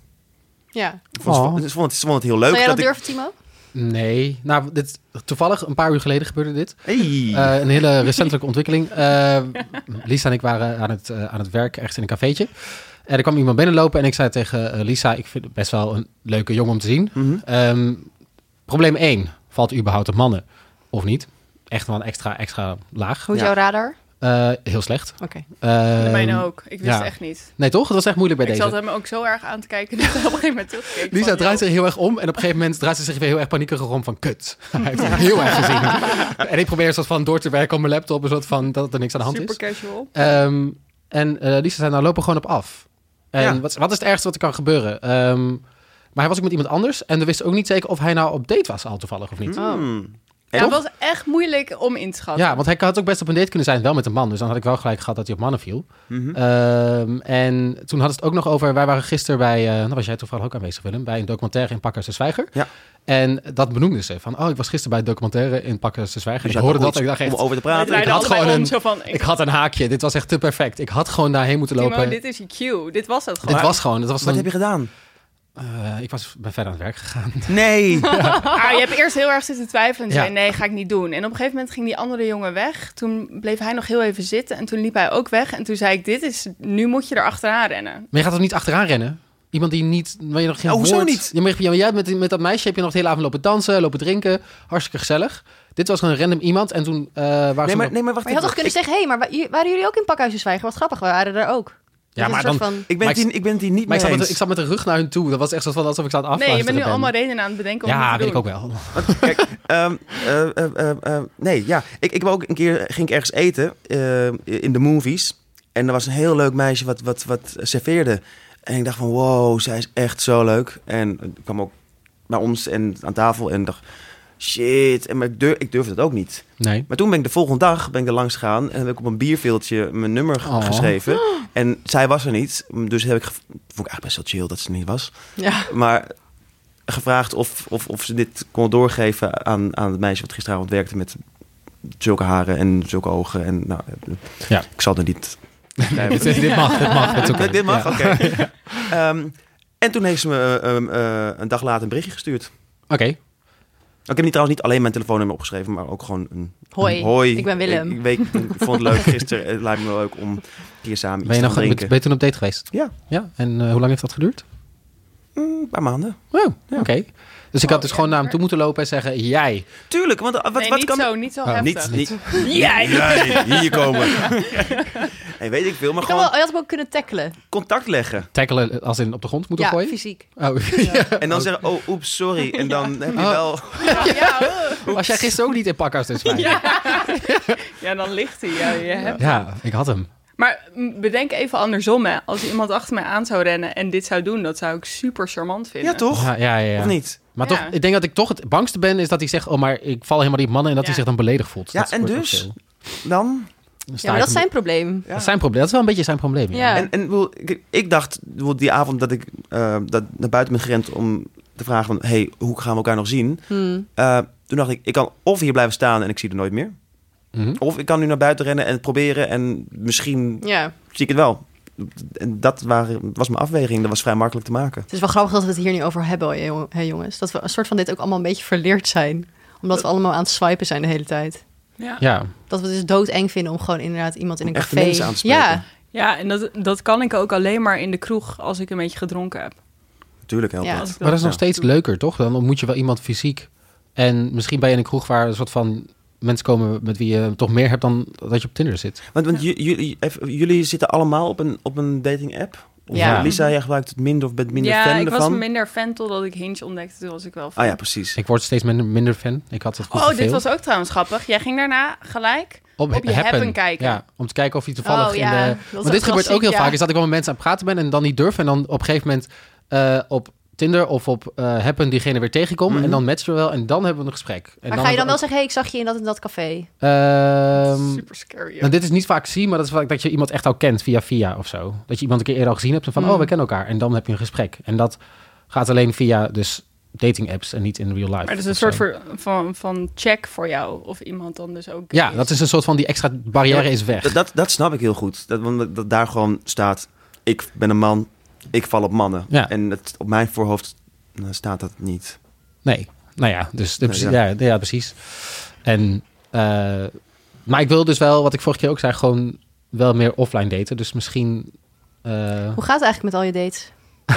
Ja. Ik vond, Oh. het, vond, het, vond het heel leuk. Zou jij dat, dat durven, Timo? Nee. Nou, dit, toevallig een paar uur geleden gebeurde dit. Hey. Uh, een hele recentelijke ontwikkeling. Uh, Lisa en ik waren aan het, uh, aan het werk ergens in een cafeetje. En er kwam iemand binnenlopen en ik zei tegen uh, Lisa... ik vind het best wel een leuke jongen om te zien. Mm-hmm. Um, probleem één. Valt überhaupt op mannen? Of niet? Echt wel een extra, extra laag. Hoe is Ja. jouw radar? Uh, heel slecht. Oké. Okay. De Um, mijne ook. Ik wist ja. het echt niet. Nee, toch? Dat was echt moeilijk bij Ik deze. zat hem ook zo erg aan te kijken dat ik op een gegeven moment terugkeek. Lisa van, draait yo. zich heel erg om en op een gegeven moment draait ze zich weer heel erg paniekerig om van kut. Hij heeft het heel erg gezien. En ik probeer een soort van door te werken op mijn laptop, een soort van dat er niks aan de hand Super is. casual. Um, en uh, Lisa zei, nou lopen we gewoon op af. En Ja. wat, wat is het ergste wat er kan gebeuren? Um, maar hij was ook met iemand anders en we wisten ook niet zeker of hij nou op date was al toevallig of niet. Hmm. Ja, En het was echt moeilijk om in te schatten. Ja, want hij had ook best op een date kunnen zijn, wel met een man. Dus dan had ik wel gelijk gehad dat hij op mannen viel. Mm-hmm. Um, en toen hadden ze het ook nog over... Wij waren gisteren bij... Uh, nou was jij toevallig ook aanwezig, Willem. Bij een documentaire in Pakkers de Zwijger. Ja. En dat benoemden ze. Van, oh, ik was gisteren bij een documentaire in Pakkers de Zwijger. Dus ik je hoorde had dat en ik dacht om echt... over te Wij praten. draaiden had allebei gewoon om, een- zo van, ik, Ik had een haakje. Dit was echt te perfect. Ik had gewoon daarheen moeten Timo, lopen. dit is je cue. Dit was het gewoon. Dit was gewoon... Dit was Wat dan, heb je gedaan? uh, ik was, ben verder aan het werk gegaan. Nee. Ah, je hebt eerst heel erg zitten twijfelen en Ja. zei nee, ga ik niet doen. En op een gegeven moment ging die andere jongen weg. Toen bleef hij nog heel even zitten en toen liep hij ook weg. En toen zei ik, dit is, nu moet je er achteraan rennen. Maar je gaat toch niet achteraan rennen? Iemand die niet... Waar je nog geen Oh, hoezo woord... niet? Ja, maar jij hebt met, met dat meisje heb je nog de hele avond lopen dansen, lopen drinken. Hartstikke gezellig. Dit was gewoon een random iemand. En toen uh, waren Nee, ze maar, nog- nee, maar wacht Maar je had toch even. kunnen zeggen, hé, hey, maar wa- waren jullie ook in Pakhuizen Zwijgen? Wat grappig, we waren er ook. Ja, Dat is maar een dan... soort van... Ik ben, Maar het ik- hier, ik ben het hier niet Maar ik mee zat, met, eens. ik zat met de rug naar hun toe. Dat was echt alsof, alsof ik ze aan het Nee, afluisteren je bent nu ben. allemaal redenen aan het bedenken om Ja, het te weet doen. ik ook wel. Want, kijk, um, uh, uh, uh, uh, nee, ja. Ik, ik heb ook een keer ging ik ergens eten uh, in de movies. En er was een heel leuk meisje wat, wat, wat serveerde. En ik dacht van, wow, zij is echt zo leuk. En ik kwam ook bij ons en aan tafel en dacht, shit. En maar ik, durf, ik durfde het ook niet. Nee. Maar toen ben ik de volgende dag ben ik er langs gegaan en heb ik op een bierveeltje mijn nummer Oh. geschreven. En zij was er niet. Dus heb ik, gev- vond ik eigenlijk best wel chill dat ze er niet was. Ja. Maar gevraagd of, of, of ze dit kon doorgeven aan, aan het meisje wat gisteravond werkte met zulke haren en zulke ogen. En nou, Ja. ik zal er niet. dit, dit mag, dit mag. Dit is oké. Dit mag, Ja. oké. Ehm, en toen heeft ze me um, uh, een dag later een berichtje gestuurd. Oké. Ik heb niet trouwens niet alleen mijn telefoonnummer opgeschreven, maar ook gewoon een Hoi, een hoi. ik ben Willem. Ik, ik, weet, ik vond het leuk gisteren. Het lijkt me leuk om hier samen iets Ben je, te nog, gaan ben drinken. je toen op date geweest? Ja, Ja. En uh, hoe lang heeft dat geduurd? mm, een paar maanden. Oh, oké. Dus ik had Oh, dus ja, gewoon naar hem maar- toe moeten lopen en zeggen, jij. Tuurlijk, want uh, wat, nee, wat niet kan... zo, niet zo Oh, heftig. Niet, niet. Jij! Jij, hier komen. Hey, weet ik veel, maar Je, kan gewoon wel, je had hem ook kunnen tackelen. contact leggen. Tackelen als in op de grond moeten Ja, gooien? fysiek. Oh, En dan zeggen, oh, oeps, sorry. En dan heb je Oh. wel... Ja, uh. Was jij gisteren ook niet in Pakhuis dus fijn? ja. ja, dan ligt hij. Ja, je hebt. Ja, ik had hem. Maar m, bedenk even andersom, hè. Als iemand achter mij aan zou rennen en dit zou doen, dat zou ik super charmant vinden. Ja, toch? Ja, ja, ja, ja. Of niet? Maar Ja. toch, ik denk dat ik toch het bangste ben, is dat hij zegt, oh, maar ik val helemaal niet op mannen en dat Ja. hij zich dan beledigd voelt. Ja, Dat en wordt ook dus? veel. Dan? Dan sta Ja, maar ik dat is hem- zijn probleem. Ja. Dat is zijn probleem. Dat is wel een beetje zijn probleem. Ja. Ja. En, en bedoel, ik, ik dacht bedoel, die avond dat ik uh, dat naar buiten ben gerend om te vragen van, hey, hoe gaan we elkaar nog zien? Hmm. Uh, toen dacht ik, ik kan of hier blijven staan en ik zie er nooit meer. Mhm. Of ik kan nu naar buiten rennen en het proberen en misschien Ja. zie ik het wel. En dat waren, was mijn afweging. Dat was vrij makkelijk te maken. Het is wel grappig dat we het hier nu over hebben, hè, jong- hè, jongens. Dat we een soort van dit ook allemaal een beetje verleerd zijn. Omdat we allemaal aan het swipen zijn de hele tijd. Ja. Ja. Dat we het dus doodeng vinden om gewoon inderdaad iemand in een Om echte café... mensen aan te spreken. Ja, Ja, en dat, dat kan ik ook alleen maar in de kroeg als ik een beetje gedronken heb. Tuurlijk helpt Ja. het. Als ik Maar dat is nog Ja. steeds leuker, toch? Dan ontmoet je wel iemand fysiek. En misschien ben je in een kroeg waar een soort van mensen komen met wie je toch meer hebt dan dat je op Tinder zit. Want, want j- jullie, even, jullie zitten allemaal op een, op een dating app? Of Ja. Lisa, jij gebruikt het minder of bent minder ja, fan ik ervan? was minder fan totdat ik Hinge ontdekte. Toen was ik wel fan. Ah ja, precies. Ik word steeds minder, minder fan. Ik had het goed Oh, dit veel. was ook trouwens grappig. Jij ging daarna gelijk op je Happen kijken. Ja, om te kijken of je toevallig Oh, in ja, de... dat is Want ook dit gebeurt ook heel klassiek, ja. vaak, is dat ik wel met mensen aan het praten ben en dan niet durf. En dan op een gegeven moment uh, op Tinder of op uh, Happen diegene weer tegenkom. Mm-hmm. En dan matchen we wel en dan hebben we een gesprek. En maar ga je dan wel hebben zeggen, hey, ik zag je in dat en dat café? we- Ehm, Super scary. nou, dit is niet vaak zie, maar dat is vaak dat je iemand echt al kent via via of zo. Dat je iemand een keer eerder al gezien hebt en van, Mm. oh, we kennen elkaar. En dan heb je een gesprek. En dat gaat alleen via dus dating apps en niet in real life. Maar dat is een of soort zo. voor, van, van check voor jou. Of iemand dan dus ook... Ja, dat is een soort van die extra barrière is weg. Dat, dat, dat snap ik heel goed. Dat, want dat daar gewoon staat, ik ben een man, ik val op mannen. Ja. En het, op mijn voorhoofd uh, staat dat niet. Nee, nou ja, dus de, Nee, ja. ja. Ja, ja, precies. En, uh, maar ik wil dus wel, wat ik vorige keer ook zei, gewoon wel meer offline daten. Dus misschien... Uh... Hoe gaat het eigenlijk met al je dates?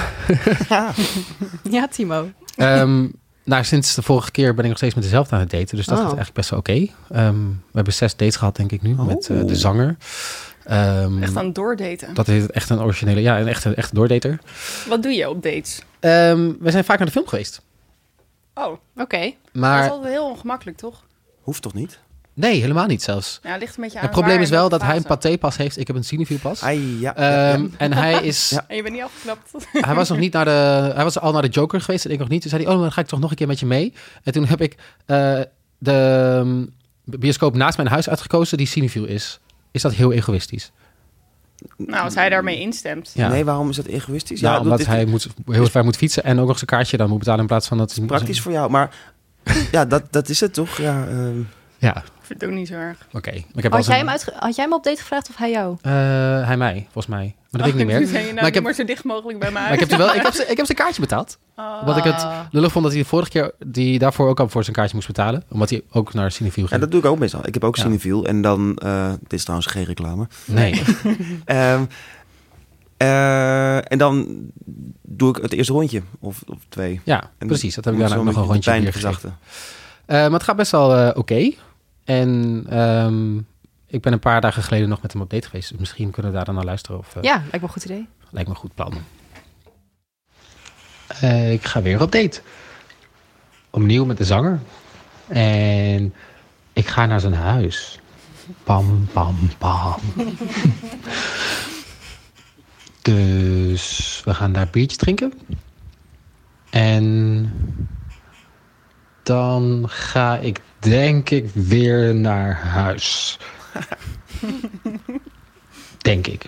Ja, Timo. Um, nou, sinds de vorige keer ben ik nog steeds met dezelfde aan het daten. Dus dat Oh. gaat eigenlijk best wel oké. Okay. Um, we hebben zes dates gehad, denk ik nu, Oh. met uh, de zanger. Um, Echt aan het doordaten. Dat is echt een originele, ja, een echte, echte doordater. Wat doe je op dates? Um, we zijn vaak naar de film geweest. Oh, Oké. Okay. Maar... Dat is altijd heel ongemakkelijk, toch? Hoeft toch niet? Nee, helemaal niet zelfs. Ja, ligt een beetje aan. Het probleem is wel dat fase. hij een pathé-pas heeft. Ik heb een Cinefiel-pas. Ai, ja, Um, ja, ja. En hij is... Ja. En je bent niet afgeknapt. Hij was nog niet naar de... Hij was al naar de Joker geweest en ik nog niet. Toen zei hij, oh, dan ga ik toch nog een keer met je mee. En toen heb ik uh, de um, bioscoop naast mijn huis uitgekozen die Cinefiel is. Is dat heel egoïstisch? Nou, als hij daarmee instemt. Ja. Nee, waarom is dat egoïstisch? Ja, Ja, omdat dit, hij moet, heel ver moet fietsen en ook nog eens een kaartje dan moet betalen in plaats van dat... is praktisch voor jou. Maar ja, dat, dat is het toch? Ja, um... ja. Ik vind het ook niet zo erg. Oké. Okay. Had, jij hem uitge- had jij hem op date gevraagd of hij jou? Uh, hij mij, volgens mij. Maar dat weet ik niet meer. Dus je nou maar ik heb maar zo dicht mogelijk bij mij. Maar ik heb, wel, ik heb, ik heb zijn kaartje betaald. Oh. Omdat ik het lullig vond dat hij de vorige keer... die daarvoor ook al voor zijn kaartje moest betalen. Omdat hij ook naar Cinefiel ging. Ja, dat doe ik ook meestal. Ik heb ook Ja. Cinefiel. En dan... Uh, dit is trouwens geen reclame. Nee. um, uh, en dan doe ik het eerste rondje. Of, of twee. Ja, en precies. Dat heb ik daarna nog een rondje weer gegeven. Uh, maar het gaat best wel uh, oké. Okay. En um, ik ben een paar dagen geleden nog met hem op date geweest. Dus misschien kunnen we daar dan naar luisteren. Of, uh, ja, lijkt me een goed idee. Lijkt me een goed plan. Uh, ik ga weer op date. Opnieuw met de zanger. En ik ga naar zijn huis. Pam, pam, pam. Dus we gaan daar biertje drinken. En dan ga ik denk ik weer naar huis. Denk ik.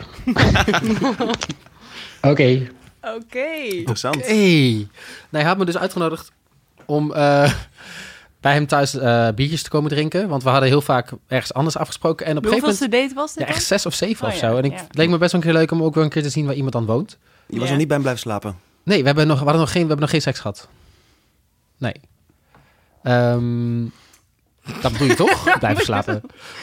Oké. Okay. Oké. Okay. Interessant. Hey. Nou, hij had me dus uitgenodigd om uh, bij hem thuis uh, biertjes te komen drinken. Want we hadden heel vaak ergens anders afgesproken. En op een gegeven moment... date was dit Ja, echt zes of zeven oh, of zo. Ja, en ik, ja. het leek me best wel een keer leuk om ook wel een keer te zien waar iemand dan woont. Je was ja. nog niet bij hem blijven slapen? Nee, we hebben nog, we hadden nog, geen, we hebben nog geen seks gehad. Nee. Um, dat bedoel je toch? Blijven slapen.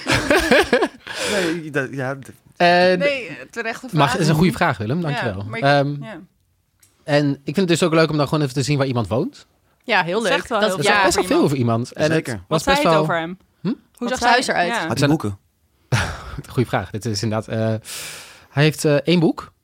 Nee, dat, ja... En, nee, terechte vraag. Mag, dat is een goede vraag, Willem. Dankjewel. Ja, ik, um, ja. En ik vind het dus ook leuk om dan gewoon even te zien waar iemand woont. Ja, heel leuk. Wel dat heel is ja, veel best wel veel over iemand. En Zeker. het Wat was zei best het wel... over hem? Hm? Hoe Wat zag zei- zijn huis eruit? ja. Had hij boeken? Goeie vraag. Dit is inderdaad... Uh, hij heeft uh, één boek.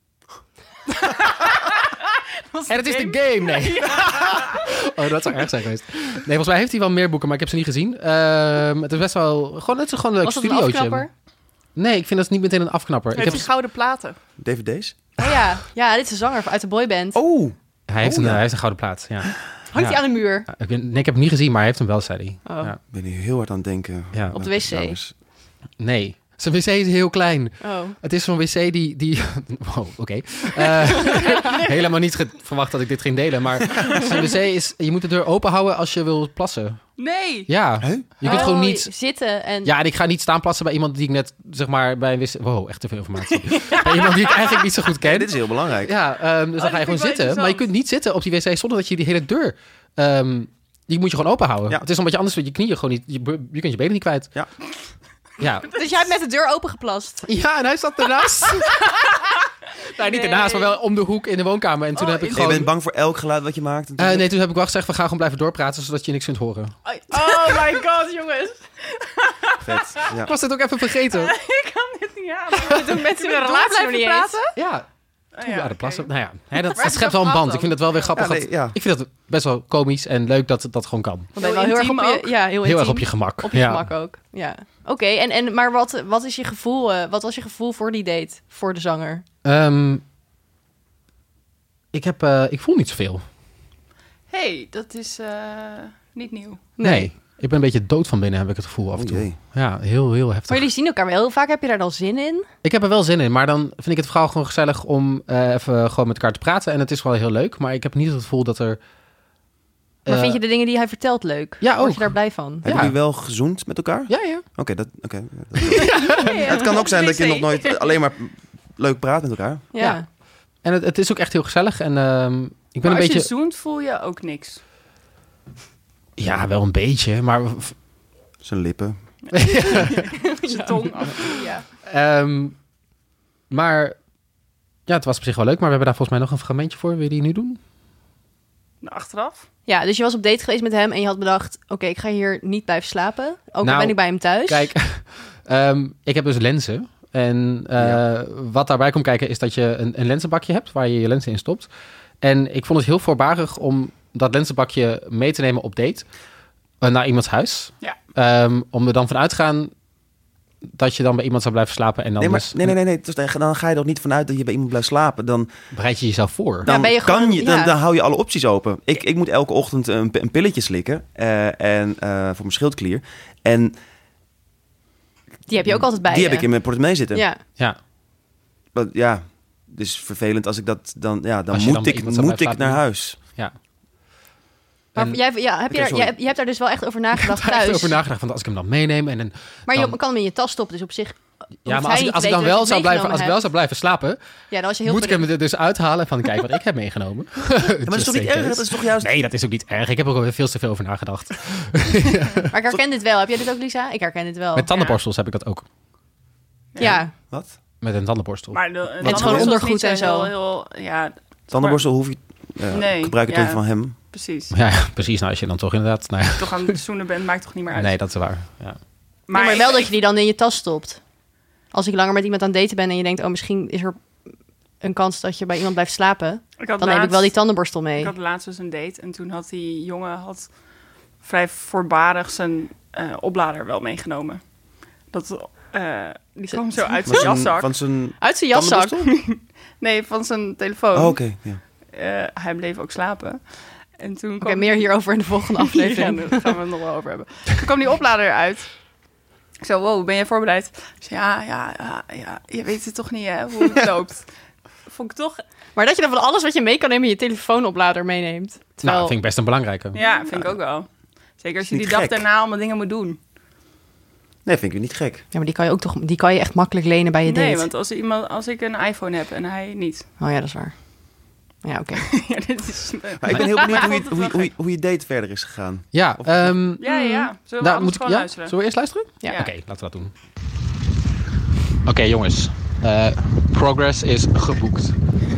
En het is de game, nee. Ja. Oh, dat zou erg zijn geweest. Nee, volgens mij heeft hij wel meer boeken, maar ik heb ze niet gezien. Uh, het is best wel... Gewoon, het is gewoon een leuk Was dat een studiootje. afknapper? Nee, ik vind dat niet meteen een afknapper. Heeft ik hij heb... gouden platen? D V D's? Oh ja. Ja, dit is een zanger uit de boyband. Oh! Hij heeft, Oh, een, ja. hij heeft een gouden plaat, ja. Hangt ja. hij aan de muur? Ja, ik, ben, nee, ik heb hem niet gezien, maar hij heeft hem wel, zei hij. Oh. Ja. Ik ben hier heel hard aan het denken. Ja. Op de wc? Zangers. Nee, zijn wc is heel klein. Oh. Het is zo'n wc die... die wow, oké. Okay. Uh, helemaal niet ge- verwacht dat ik dit ging delen, maar zijn wc is... Je moet de deur open houden als je wil plassen. Nee. Ja, Huh? je kunt Oh, gewoon niet... zitten en... Ja, en ik ga niet staan plassen bij iemand die ik net, zeg maar, bij een wc... Wow, echt te veel informatie. Bij iemand die ik eigenlijk niet zo goed ken. Ja, dit is heel belangrijk. Ja, um, dus dan Oh, ga je dat gewoon vind ik wel zitten. Maar je kunt niet zitten op die wc zonder dat je die hele deur... Um, die moet je gewoon open houden. Ja. Het is omdat je anders je knieën gewoon niet... Je, je kunt je benen niet kwijt. Ja. Ja. Dus jij hebt met de deur open geplast? Ja, en hij zat ernaast. nou, niet Nee. ernaast, maar wel om de hoek in de woonkamer. En toen Oh, heb ik in- En je gewoon... bent bang voor elk geluid wat je maakt? Uh, nee, toen heb ik wel gezegd, we gaan gewoon blijven doorpraten, zodat je niks kunt horen. Oh my god, jongens. Vet. Ja. Ik was dit ook even vergeten. Ik kan dit niet aan. Doen mensen in een Door relatie nog blijven niet eens? praten? Ja, Oh, ja, de oké. plassen. Nou ja, hè, dat, Waar dat is schept dat wel een band. verhaal Ik vind het wel weer grappig. Ja, nee, dat, ja. Ik vind het best wel komisch en leuk dat het dat gewoon kan. Want ben je Heel wel heel erg intiem op je, ook. ja, heel, Heel intiem. erg op je gemak. Op je ja. gemak ook. Ja. Oké, okay, en, en maar wat, wat is je gevoel? Uh, wat was je gevoel voor die date? Voor de zanger? Um, ik, heb, uh, ik voel niet zoveel. hey, dat is uh, niet nieuw. Nee. nee. Ik ben een beetje dood van binnen, heb ik het gevoel af en toe. Oh jee. Ja, heel, heel heftig. Maar jullie zien elkaar wel heel vaak. Heb je daar dan zin in? Ik heb er wel zin in, maar dan vind ik het vooral gewoon gezellig om uh, even gewoon met elkaar te praten. En het is wel heel leuk, maar ik heb niet het gevoel dat er... Maar uh, vind je de dingen die hij vertelt leuk? Ja, Word ook. je daar blij van? Hebben Ja. jullie wel gezoend met elkaar? Ja, ja. Oké, okay, dat... Okay. Het kan ook zijn dat je nog nooit alleen maar leuk praat met elkaar. Ja. Ja. En het, het is ook echt heel gezellig. En uh, ik ben maar een als beetje... je zoent, voel je ook niks. Ja, wel een beetje, maar... Zijn lippen. Zijn tong af en toe, ja. Um, maar ja, het was op zich wel leuk. Maar we hebben daar volgens mij nog een fragmentje voor. Wil je die nu doen? Achteraf? Ja, dus je was op date geweest met hem en je had bedacht... oké, okay, ik ga hier niet blijven slapen. Ook al nou, ben ik bij hem thuis. Kijk, um, ik heb dus lenzen. En uh, ja. wat daarbij komt kijken is dat je een, een lenzenbakje hebt... waar je je lenzen in stopt. En ik vond het heel voorbarig om dat lenzenbakje mee te nemen op date... Uh, naar iemands huis. Ja. Um, om er dan vanuit te gaan... dat je dan bij iemand zou blijven slapen en dan... Nee, maar, dus, nee, nee, nee, nee. Dus dan ga je er niet vanuit dat je bij iemand blijft slapen. Dan bereid je jezelf voor. Dan, ja, ben je kan gewoon, je, ja. dan, dan hou je alle opties open. Ik, ik moet elke ochtend een, een pilletje slikken. Uh, en, uh, voor mijn schildklier. En die heb je ook altijd bij Die je. heb ik in mijn portemonnee zitten. Ja. Ja. Maar, ja, dus vervelend als ik dat... Dan, ja, dan Als moet dan ik, moet ik naar huis. Ja. Maar en, jij, ja, heb je, er, jij, je hebt daar dus wel echt over nagedacht thuis. Ik heb er over nagedacht, want als ik hem dan meeneem en... en maar dan... je kan hem in je tas stoppen, dus op zich... Ja, maar als ik, als ik dan wel zou blijven, als ik wel zou blijven slapen... Ja, dan was je heel moet ik hem er dus uithalen van... kijk wat ik heb meegenomen. Ja, maar dat is toch niet erg? Dat is toch juist... Nee, dat is ook niet erg. Ik heb er ook veel te veel over nagedacht. ja. Maar ik herken dit wel. Heb jij dit ook, Lisa? Ik herken dit wel. Met tandenborstels ja. heb ik dat ook. Ja. ja. Wat? Met een tandenborstel. Maar de, het is gewoon ondergoed en zo. Heel, heel, ja, tandenborstel hoef je... Uh, nee, gebruik ik ja. toch van hem. Precies. Ja, precies. Nou, als je dan toch inderdaad... Nou ja. toch aan het zoenen bent, maakt toch niet meer uit. Nee, dat is waar. Ja. Maar, ja, maar wel ik, dat je die dan in je tas stopt. Als ik langer met iemand aan het daten ben en je denkt... oh, misschien is er een kans dat je bij iemand blijft slapen... dan laatst, neem ik wel die tandenborstel mee. Ik had laatst dus een date en toen had die jongen... had vrij voorbarig zijn uh, oplader wel meegenomen. Dat... Uh, die kwam zo uit zijn jaszak. Van zijn uit zijn jaszak? Nee, van zijn telefoon. Oh, oké. Okay. Ja. Uh, hij bleef ook slapen. En toen Oké, okay, meer hierover in de volgende aflevering. Ja, daar gaan we het nog wel over hebben. Toen kwam die oplader eruit. Ik zo, wow, ben jij voorbereid? Ik zei, ja, ja, ja, ja, je weet het toch niet, hè, hoe het loopt. Vond ik toch... Maar dat je dan van alles wat je mee kan nemen... je telefoonoplader meeneemt. Terwijl... Nou, vind ik best een belangrijke. Ja, vind ja. ik ook wel. Zeker als je die gek. dag daarna allemaal dingen moet doen. Nee, vind ik niet gek. Ja, maar die kan je ook toch, die kan je echt makkelijk lenen bij je date. Nee, want als iemand, als ik een iPhone heb en hij niet. Oh ja, dat is waar. Ja, oké. Okay. ja, dit is... Maar ik ben heel benieuwd hoe je, hoe, je, hoe, je, hoe je date verder is gegaan. Ja, of, um, ja, ja. Zullen we nou, moet ik, gewoon ja? luisteren? Zullen we eerst luisteren? Ja. ja. Oké, okay, laten we dat doen. Oké, okay, jongens. Uh, progress is geboekt.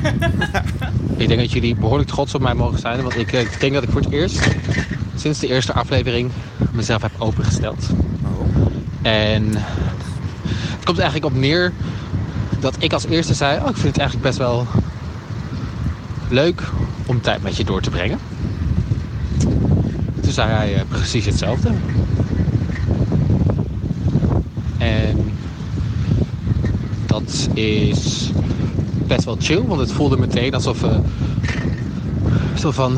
Ik denk dat jullie behoorlijk trots op mij mogen zijn. Want ik, ik denk dat ik voor het eerst, sinds de eerste aflevering, mezelf heb opengesteld. Oh. En het komt eigenlijk op neer dat ik als eerste zei... oh, ik vind het eigenlijk best wel leuk om tijd met je door te brengen. Toen zei hij uh, precies hetzelfde. En dat is best wel chill, want het voelde meteen alsof we zo van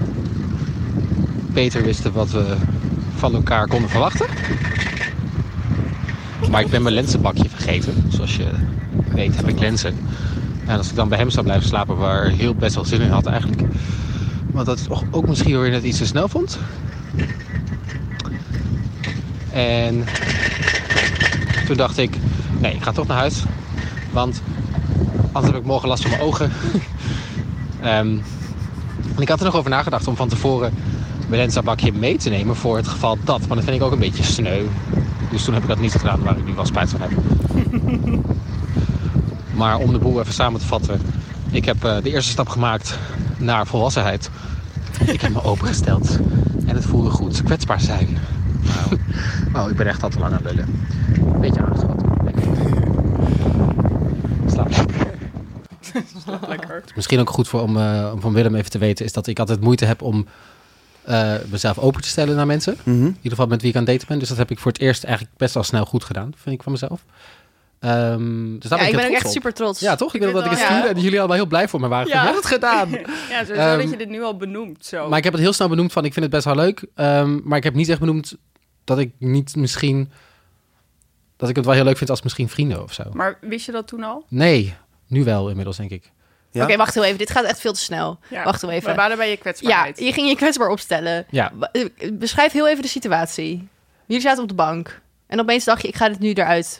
beter wisten wat we van elkaar konden verwachten. Maar ik ben mijn lenzenbakje vergeten. Zoals je weet heb ik lenzen. En als ik dan bij hem zou blijven slapen, waar ik heel best wel zin in had eigenlijk. Maar dat ik ook misschien weer net iets te snel vond. En toen dacht ik, nee, ik ga toch naar huis. Want anders heb ik morgen last van mijn ogen. um, en ik had er nog over nagedacht om van tevoren mijn lenzenbakje mee te nemen voor het geval dat. Maar dat vind ik ook een beetje sneu. Dus toen heb ik dat niet gedaan, waar ik nu wel spijt van heb. Maar om de boel even samen te vatten. Ik heb uh, de eerste stap gemaakt naar volwassenheid. Ik heb me opengesteld. En het voelde goed. Kwetsbaar zijn. Wow. Oh, ik ben echt al te lang aan het lullen. Beetje aangeschoten. Lekker. Slaap lekker. Slaap lekker. Misschien ook goed voor om, uh, om van Willem even te weten... is dat ik altijd moeite heb om uh, mezelf open te stellen naar mensen. Mm-hmm. In ieder geval met wie ik aan het daten ben. Dus dat heb ik voor het eerst eigenlijk best wel snel goed gedaan. Vind ik van mezelf. Um, dus daar ja, ben ik, ik ben ook echt op. super trots. Ja, toch? Ik, ik wil dat ik het ja. stuurde en jullie allemaal heel blij voor me waren. Ja. Je hebt het gedaan. Ja, sowieso um, dat je dit nu al benoemt. Zo. Maar ik heb het heel snel benoemd van ik vind het best wel leuk. Um, maar ik heb niet echt benoemd dat ik niet misschien... dat ik het wel heel leuk vind als misschien vrienden of zo. Maar wist je dat toen al? Nee, nu wel inmiddels denk ik. Ja? Oké, okay, wacht heel even. Dit gaat echt veel te snel. Ja, wacht heel even. We waren bij je kwetsbaarheid. Ja, je ging je kwetsbaar opstellen. Ja. Beschrijf heel even de situatie. Jullie zaten op de bank. En opeens dacht je, ik ga dit nu eruit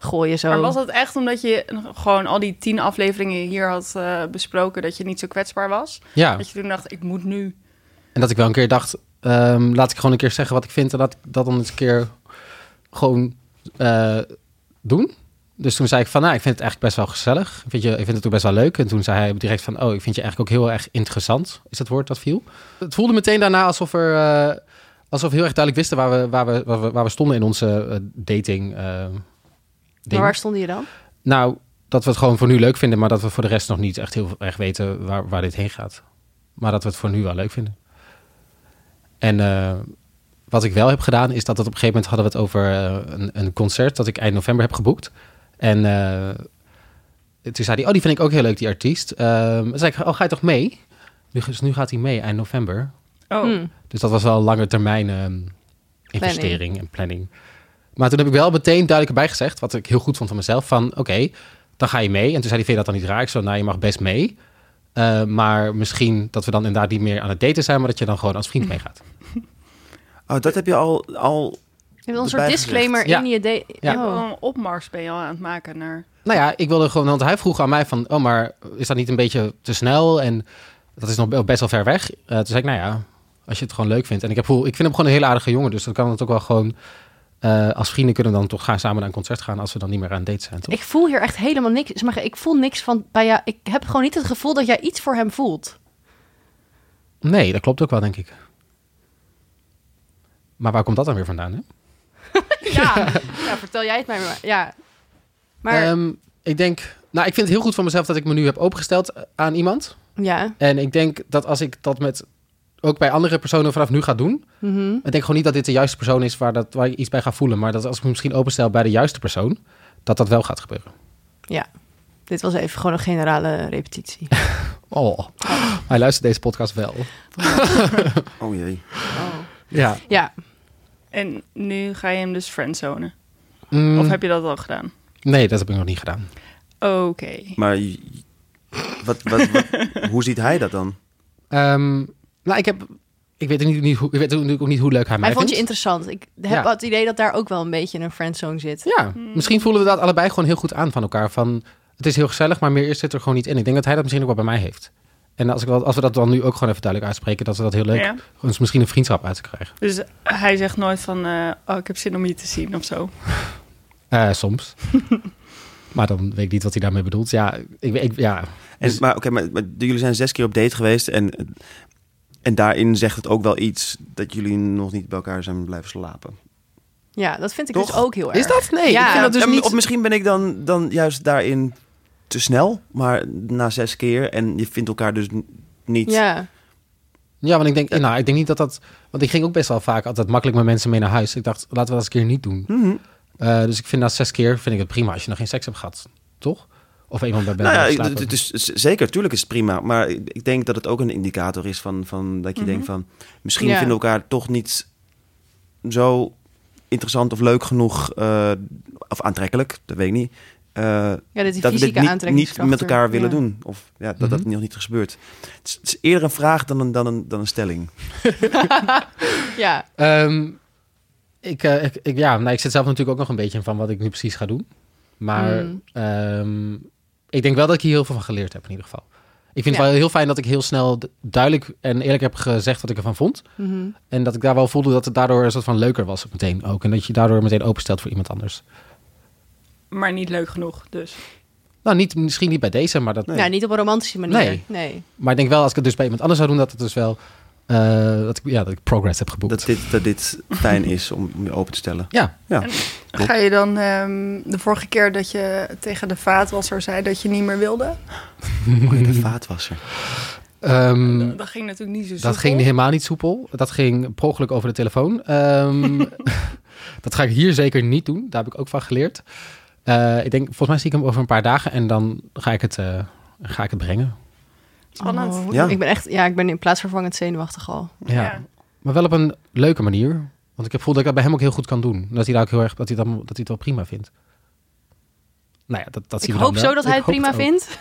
gooien zo. Maar was dat echt omdat je gewoon al die tien afleveringen hier had uh, besproken... dat je niet zo kwetsbaar was? Ja. Dat je toen dacht, ik moet nu... En dat ik wel een keer dacht, um, laat ik gewoon een keer zeggen wat ik vind... en dat dat dan eens een keer gewoon uh, doen. Dus toen zei ik van, nou, ik vind het eigenlijk best wel gezellig. Ik vind, je, ik vind het ook best wel leuk. En toen zei hij direct van, oh, ik vind je eigenlijk ook heel erg interessant. Is dat woord dat viel? Het voelde meteen daarna alsof er... Uh, alsof we heel erg duidelijk wisten waar we, waar we, waar we, waar we stonden in onze uh, dating... Uh, maar waar stonden je dan? Nou, dat we het gewoon voor nu leuk vinden... maar dat we voor de rest nog niet echt heel erg weten waar, waar dit heen gaat. Maar dat we het voor nu wel leuk vinden. En uh, wat ik wel heb gedaan... is dat het op een gegeven moment hadden we het over uh, een, een concert... dat ik eind november heb geboekt. En uh, toen zei hij, oh, die vind ik ook heel leuk, die artiest. Uh, toen zei ik, oh, ga je toch mee? Dus nu gaat hij mee eind november. Oh. Hmm. Dus dat was wel een lange termijn uh, investering planning. en planning. Maar toen heb ik wel meteen duidelijk erbij gezegd... wat ik heel goed vond van mezelf, van oké, okay, dan ga je mee. En toen zei hij, vind je dat dan niet raar? Ik zo, nou, je mag best mee. Uh, maar misschien dat we dan inderdaad niet meer aan het daten zijn... maar dat je dan gewoon als vriend meegaat. Oh, dat heb je al... al je hebt een soort disclaimer ja. in je... De- ja. Oh. Een opmars ben je al aan het maken naar... Nou ja, ik wilde gewoon... want hij vroeg aan mij van... oh, maar is dat niet een beetje te snel? En dat is nog best wel ver weg. Uh, toen zei ik, nou ja, als je het gewoon leuk vindt. En ik, heb, ik vind hem gewoon een hele aardige jongen... dus dan kan het ook wel gewoon... Uh, als vrienden kunnen we dan toch gaan samen naar een concert gaan... als we dan niet meer aan het date zijn, toch? Ik voel hier echt helemaal niks. Maar ik voel niks van bij jou. Ik heb gewoon niet het gevoel dat jij iets voor hem voelt. Nee, dat klopt ook wel, denk ik. Maar waar komt dat dan weer vandaan, hè? ja, ja, vertel jij het mij maar. Ja. Maar... Um, ik denk... Nou, ik vind het heel goed van mezelf... dat ik me nu heb opengesteld aan iemand. Ja. En ik denk dat als ik dat met... ook bij andere personen vanaf nu ga doen... Mm-hmm. Ik denk gewoon niet dat dit de juiste persoon is... waar, dat, waar je iets bij gaat voelen. Maar dat als ik me misschien openstel bij de juiste persoon... dat dat wel gaat gebeuren. Ja, dit was even gewoon een generale repetitie. oh, hij luistert deze podcast wel. oh jee. Oh. Ja. ja. En nu ga je hem dus friendzonen? Mm, of heb je dat al gedaan? Nee, dat heb ik nog niet gedaan. Oké. Okay. Maar wat, wat, wat, hoe ziet hij dat dan? Um, nou, ik heb... Ik weet, niet, niet hoe, ik weet natuurlijk ook niet hoe leuk hij mij vindt. Hij vond je interessant. Ik heb ja. het idee dat daar ook wel een beetje een friendzone zit. Ja, hmm. misschien voelen we dat allebei gewoon heel goed aan van elkaar. Van, het is heel gezellig, maar meer zit er gewoon niet in. Ik denk dat hij dat misschien ook wel bij mij heeft. En als, ik dat, als we dat dan nu ook gewoon even duidelijk uitspreken... dat we dat heel leuk... Ja. ons misschien een vriendschap uit te krijgen. Dus hij zegt nooit van... Uh, oh, ik heb zin om je te zien of zo? Uh, soms. Maar dan weet ik niet wat hij daarmee bedoelt. Ja, ik, ik, ja. En, dus, maar oké, okay, maar, maar jullie zijn zes keer op date geweest... en En daarin zegt het ook wel iets dat jullie nog niet bij elkaar zijn blijven slapen. Ja, dat vind ik Toch? dus ook heel erg. Is dat? Nee, ja. ik vind dat dus ja, niet... Of misschien ben ik dan, dan juist daarin te snel, maar na zes keer en je vindt elkaar dus niet... Ja, ja want ik denk, nou, ik denk niet dat dat... Want ik ging ook best wel vaak altijd makkelijk met mensen mee naar huis. Ik dacht, laten we dat eens een keer niet doen. Mm-hmm. Uh, dus ik vind na zes keer vind ik het prima als je nog geen seks hebt gehad. Toch? Of iemand bij nou ja, het is, zeker, tuurlijk is het prima. Maar ik denk dat het ook een indicator is van, van dat je mm-hmm. denkt van... misschien ja. vinden we elkaar toch niet zo interessant of leuk genoeg... Uh, of aantrekkelijk, dat weet ik niet. Uh, ja, dat, dat we dit niet, niet met elkaar willen ja. doen. Of ja, dat mm-hmm. dat nog niet is gebeurd. Het is, het is eerder een vraag dan een, dan een, dan een stelling. ja. Um, ik, uh, ik, ik, ja, nou, ik zit zelf natuurlijk ook nog een beetje in van wat ik nu precies ga doen. Maar... Mm. Um, ik denk wel dat ik hier heel veel van geleerd heb in ieder geval. Ik vind ja. het wel heel fijn dat ik heel snel duidelijk en eerlijk heb gezegd wat ik ervan vond. Mm-hmm. En dat ik daar wel voelde dat het daardoor een soort van leuker was meteen ook. En dat je daardoor meteen openstelt voor iemand anders. Maar niet leuk genoeg dus? Nou, niet, misschien niet bij deze, maar dat... Nee. Ja, niet op een romantische manier. Nee. nee. Maar ik denk wel als ik het dus bij iemand anders zou doen, dat het dus wel... Uh, dat, ik, ja, dat ik progress heb geboekt. Dat dit, dat dit fijn is om je open te stellen. Ja. ja. Ga je dan um, de vorige keer dat je tegen de vaatwasser zei dat je niet meer wilde? Oh, de vaatwasser. Um, dat, dat ging natuurlijk niet zo soepel. Dat ging helemaal niet soepel. Dat ging per ongeluk over de telefoon. Um, dat ga ik hier zeker niet doen. Daar heb ik ook van geleerd. Uh, ik denk, volgens mij zie ik hem over een paar dagen en dan ga ik het, uh, ga ik het brengen. Spannend. Oh, ja. Ik ben echt, ja, ik ben in plaatsvervangend zenuwachtig al. Ja. ja, maar wel op een leuke manier. Want ik heb gevoel dat ik dat bij hem ook heel goed kan doen. Dat hij daar ook heel erg, dat hij, dat, dat hij het wel prima vindt. Nou ja, dat, dat zien ik we hoop dan zo dat hij het prima het vindt.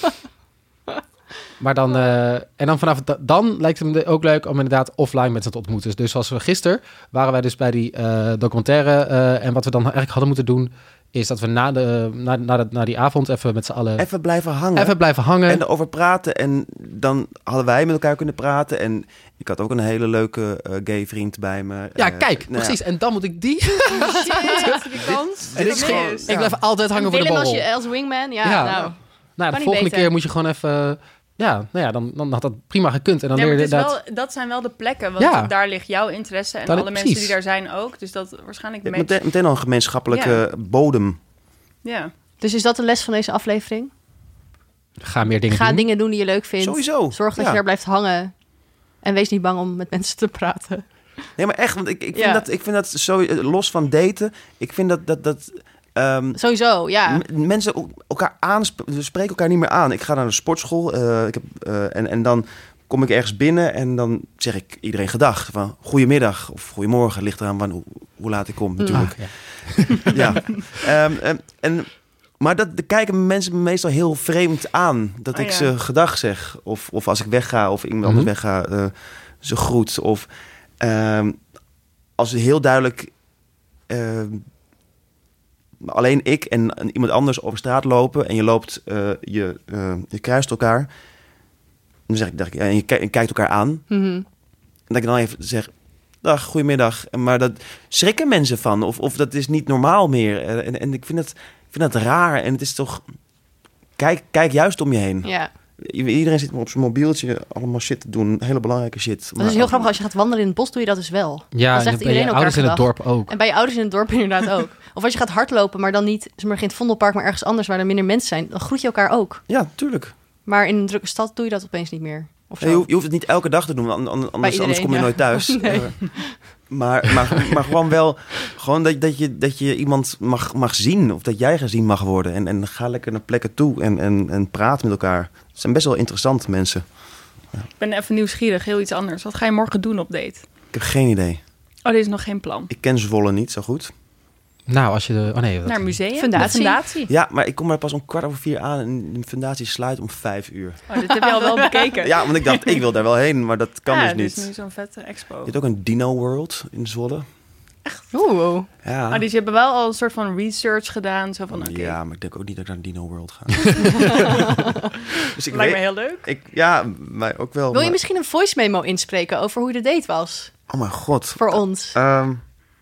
Maar dan, uh, en dan vanaf da- dan lijkt het me ook leuk om inderdaad offline met ze te ontmoeten. Dus zoals we gisteren waren wij dus bij die uh, documentaire uh, en wat we dan eigenlijk hadden moeten doen is dat we na, de, na, na, de, na die avond even met z'n allen... Even blijven hangen. Even blijven hangen. En erover praten. En dan hadden wij met elkaar kunnen praten. En ik had ook een hele leuke uh, gay vriend bij me. Ja, uh, kijk, nou precies. Ja. En dan moet ik die... Shit, die kans. En ik, is gewoon, ik blijf altijd hangen En voor de Willem als, borrel. je, als wingman, ja, Ja. nou... Nou, de niet volgende beter. keer moet je gewoon even... Ja, nou ja, dan, dan had dat prima gekund. En dan Ja, maar leer het je is inderdaad... wel, dat zijn wel de plekken, want Ja. daar ligt jouw interesse en Daar- alle mensen precies. die daar zijn ook. Dus dat waarschijnlijk Je de hebt match. meteen, meteen al een gemeenschappelijke bodem. Ja. Dus is dat de les van deze aflevering? Ga meer dingen Ga doen. dingen doen die je leuk vindt. Sowieso. Zorg dat Ja. je daar blijft hangen. En wees niet bang om met mensen te praten. Nee, maar echt, want ik, ik, vind, Ja. dat, ik vind dat zo... Los van daten, ik vind dat... dat, dat um, Sowieso, ja. m- mensen elkaar aanspreken, spreken elkaar niet meer aan. Ik ga naar de sportschool uh, ik heb, uh, en, en dan kom ik ergens binnen en dan zeg ik iedereen gedag. Van goedemiddag of goedemorgen, ligt eraan van hoe, hoe laat ik kom natuurlijk. Ah, ja. Ja. um, um, en, maar dat de kijken mensen me meestal heel vreemd aan. Dat Oh, ik ja. ze gedag zeg. Of, of als ik wegga of iemand Mhm. anders wegga, uh, ze groet. Of um, als ze heel duidelijk... Um, alleen ik en, en iemand anders over straat lopen en je loopt, uh, je, uh, je kruist elkaar. Dan zeg ik, dacht ik en je, ki- je kijkt elkaar aan. Mhm. En dat ik dan even zeg, dag, goedemiddag. En Maar dat schrikken mensen van. Of, of dat is niet normaal meer. En, en ik, vind het, ik vind dat raar. En het is toch... Kijk, kijk juist om je heen. Ja. Iedereen zit maar op zijn mobieltje allemaal shit te doen. Hele belangrijke shit. Dat is heel grappig. Als je gaat wandelen in het bos, doe je dat dus wel. Ja, Dan zegt en bij iedereen je elkaar ouders in het gedag. dorp ook. En bij je ouders in het dorp inderdaad ook. Of als je gaat hardlopen, maar dan niet zeg maar, geen het Vondelpark, maar ergens anders waar er minder mensen zijn. Dan groet je elkaar ook. Ja, tuurlijk. Maar in een drukke stad doe je dat opeens niet meer. Of zo. Ja, je, hoeft, je hoeft het niet elke dag te doen, want an- anders, iedereen, anders kom je ja. nooit thuis. Nee. Uh, maar, maar, maar gewoon wel gewoon dat, dat, je, dat je iemand mag, mag zien. Of dat jij gezien mag worden. En, en ga lekker naar plekken toe en, en, en praat met elkaar. Het zijn best wel interessante mensen. Ik ben even nieuwsgierig, heel iets anders. Wat ga je morgen doen op date? Ik heb geen idee. Oh, dit is nog geen plan. Ik ken Zwolle niet zo goed. Nou, als je de... Oh nee, dat... Naar een museum? Fundatie. De fundatie. Ja, maar ik kom er pas om kwart over vier aan. En de fundatie sluit om vijf uur. Oh, dit heb je al wel bekeken. Ja, want ik dacht, ik wil daar wel heen. Maar dat kan ja, dus dit niet. is nu zo'n vette expo. Je hebt ook een Dino World in Zwolle. Oeh. Ja. Oh, dus je hebt wel al een soort van research gedaan. Zo van, oké, Ja, maar ik denk ook niet dat ik naar een Dino World ga. Dus ik lijkt me weet, heel leuk. ik, ja, mij ook wel. Wil je maar- misschien een voice memo inspreken over hoe de date was? Oh mijn god. Voor ons. Ehm,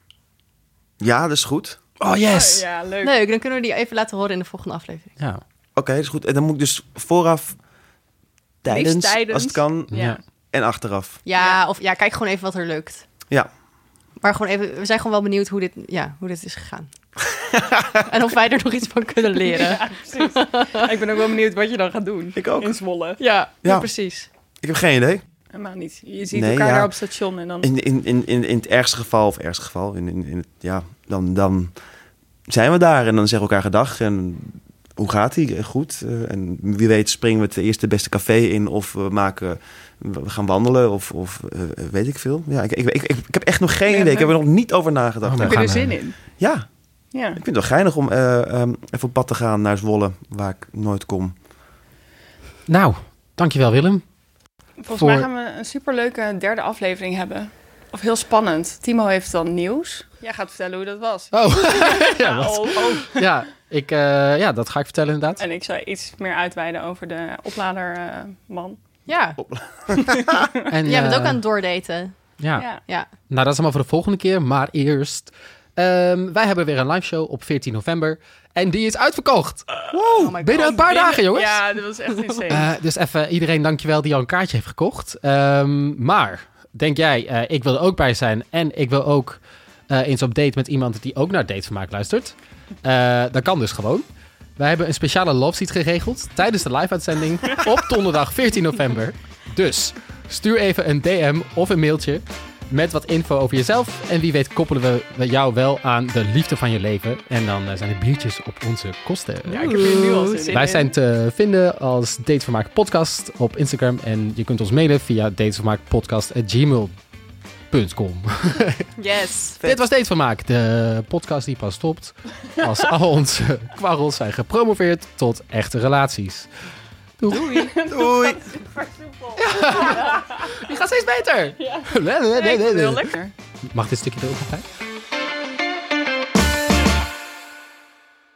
ja, dat is goed. Oh, yes! Oh, ja, leuk. Leuk, dan kunnen we die even laten horen in de volgende aflevering. Ja. Oké, okay, dat is goed. En dan moet ik dus vooraf, tijdens, Liefst tijdens. als het kan, Ja. Ja. en achteraf. Ja, Ja. of ja, kijk gewoon even wat er lukt. Ja. Maar gewoon even, we zijn gewoon wel benieuwd hoe dit, ja, hoe dit is gegaan. En of wij er nog iets van kunnen leren. Ja, precies. Ik ben ook wel benieuwd wat je dan gaat doen. Ik ook. In Zwolle. Ja, ja. Ja. precies. Ik heb geen idee. Helemaal niet. Je ziet Nee, elkaar ja. daar op het station en dan... In, in, in, in, in het ergste geval, of ergste geval, in, in, in het, ja, dan, dan zijn we daar en dan zeggen we elkaar gedag. En hoe gaat ie? Goed. Uh, en wie weet springen we het eerste beste café in of we maken, we gaan wandelen of, of uh, weet ik veel. Ja, ik, ik, ik, ik, ik heb echt nog geen Ja, idee. Ik heb er leuk. nog niet over nagedacht. Oh, heb we je er gaan, zin eh, in? Ja, Ja. ik vind het wel geinig om uh, um, even op pad te gaan naar Zwolle, waar ik nooit kom. Nou, dankjewel Willem. Volgens Voor- mij gaan we een superleuke derde aflevering hebben. Of heel spannend. Timo heeft dan nieuws. Jij gaat vertellen hoe dat was. Oh, ja, wat- Oh, oh. ja, ik, uh, ja, dat ga ik vertellen inderdaad. En ik zou iets meer uitweiden over de opladerman. Ja, En, jij bent eh, ook aan het doordaten. Ja. Ja. Ja. Nou, dat is allemaal voor de volgende keer. Maar eerst, um, wij hebben weer een live show op veertien november. En die is uitverkocht. Oh my binnen God. een paar dagen, jongens. Ja, dat was echt insane. Uh, dus even iedereen dankjewel die al een kaartje heeft gekocht. Um, maar, denk jij, uh, ik wil er ook bij zijn. En ik wil ook uh, eens op date met iemand die ook naar Datevermaak luistert. Uh, dat kan dus gewoon. Wij hebben een speciale love seat geregeld tijdens de live-uitzending op donderdag veertien november. Dus stuur even een D M of een mailtje met wat info over jezelf. En wie weet koppelen we jou wel aan de liefde van je leven. En dan uh, zijn er biertjes op onze kosten. Ja, ik heb hier nu al zin in. Wij zijn te vinden als Datevermaak Podcast op Instagram. En je kunt ons mailen via datevermaakpodcast at gmail punt com. Yes. Dit was Datevermaak, de podcast die pas stopt als al onze kwarrels zijn gepromoveerd tot echte relaties. Doei. Doei. Doei. Die gaat steeds beter. Ja. Nee, nee, nee, nee, nee. Heel lekker. Mag dit stukje er ook nog bij?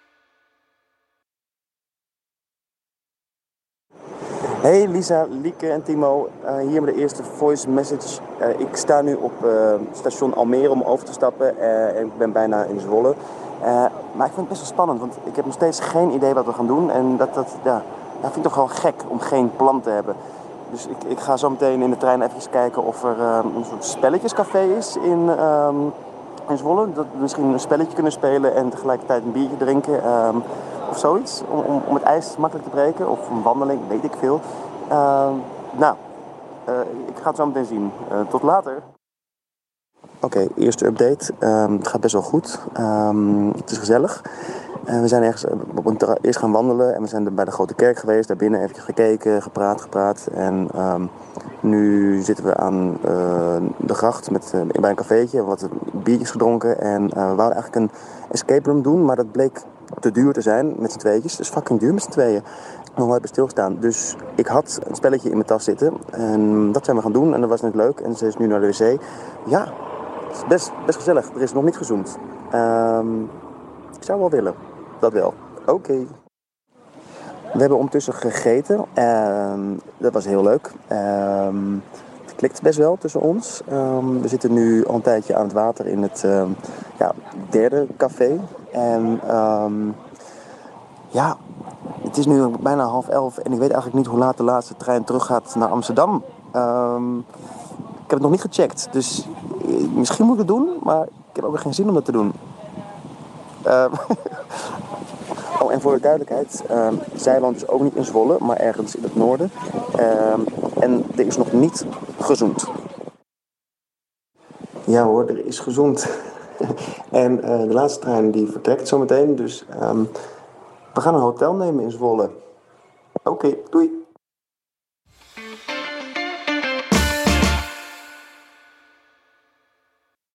Hey Lisa, Lieke en Timo, uh, hier met de eerste voice message. Uh, ik sta nu op uh, station Almere om over te stappen uh, en ik ben bijna in Zwolle. Uh, maar ik vind het best wel spannend, want ik heb nog steeds geen idee wat we gaan doen. En dat, dat, ja, dat vind ik toch wel gek om geen plan te hebben. Dus ik, ik ga zo meteen in de trein even kijken of er uh, een soort spelletjescafé is in, um, in Zwolle. Dat we misschien een spelletje kunnen spelen en tegelijkertijd een biertje drinken. Um, Of zoiets, om, om, om het ijs makkelijk te breken. Of een wandeling, weet ik veel. Uh, nou, uh, ik ga het zo meteen zien. Uh, tot later. Oké, okay, eerste update. Um, het gaat best wel goed. Um, het is gezellig. Uh, we zijn ergens op een terra- eerst gaan wandelen. En we zijn bij de Grote Kerk geweest. Daar binnen even gekeken, gepraat, gepraat. En um, nu zitten we aan uh, de gracht met, uh, bij een cafeetje. Wat biertjes gedronken. En uh, we wouden eigenlijk een escape room doen. Maar dat bleek te duur te zijn met z'n tweetjes. Het is fucking duur met z'n tweeën. Nog nooit bij stilgestaan. Dus ik had een spelletje in mijn tas zitten. En dat zijn we gaan doen. En dat was net leuk. En ze is nu naar de wc. Ja, het is best, best gezellig. Er is nog niet gezoomd. Um, ik zou wel willen. Dat wel. Oké. Okay. We hebben ondertussen gegeten. Um, dat was heel leuk. Um, het klikt best wel tussen ons. Um, we zitten nu al een tijdje aan het water in het um, ja, derde café. En um, ja, het is nu bijna half elf en ik weet eigenlijk niet hoe laat de laatste trein terug gaat naar Amsterdam. Um, ik heb het nog niet gecheckt, dus misschien moet ik het doen, maar ik heb ook geen zin om dat te doen. Um, oh, en voor de duidelijkheid, um, zij woont dus ook niet in Zwolle, maar ergens in het noorden. Um, en er is nog niet gezoend. Ja hoor, er is gezoend. En uh, de laatste trein die vertrekt zometeen. Dus um, we gaan een hotel nemen in Zwolle. Oké, okay, doei.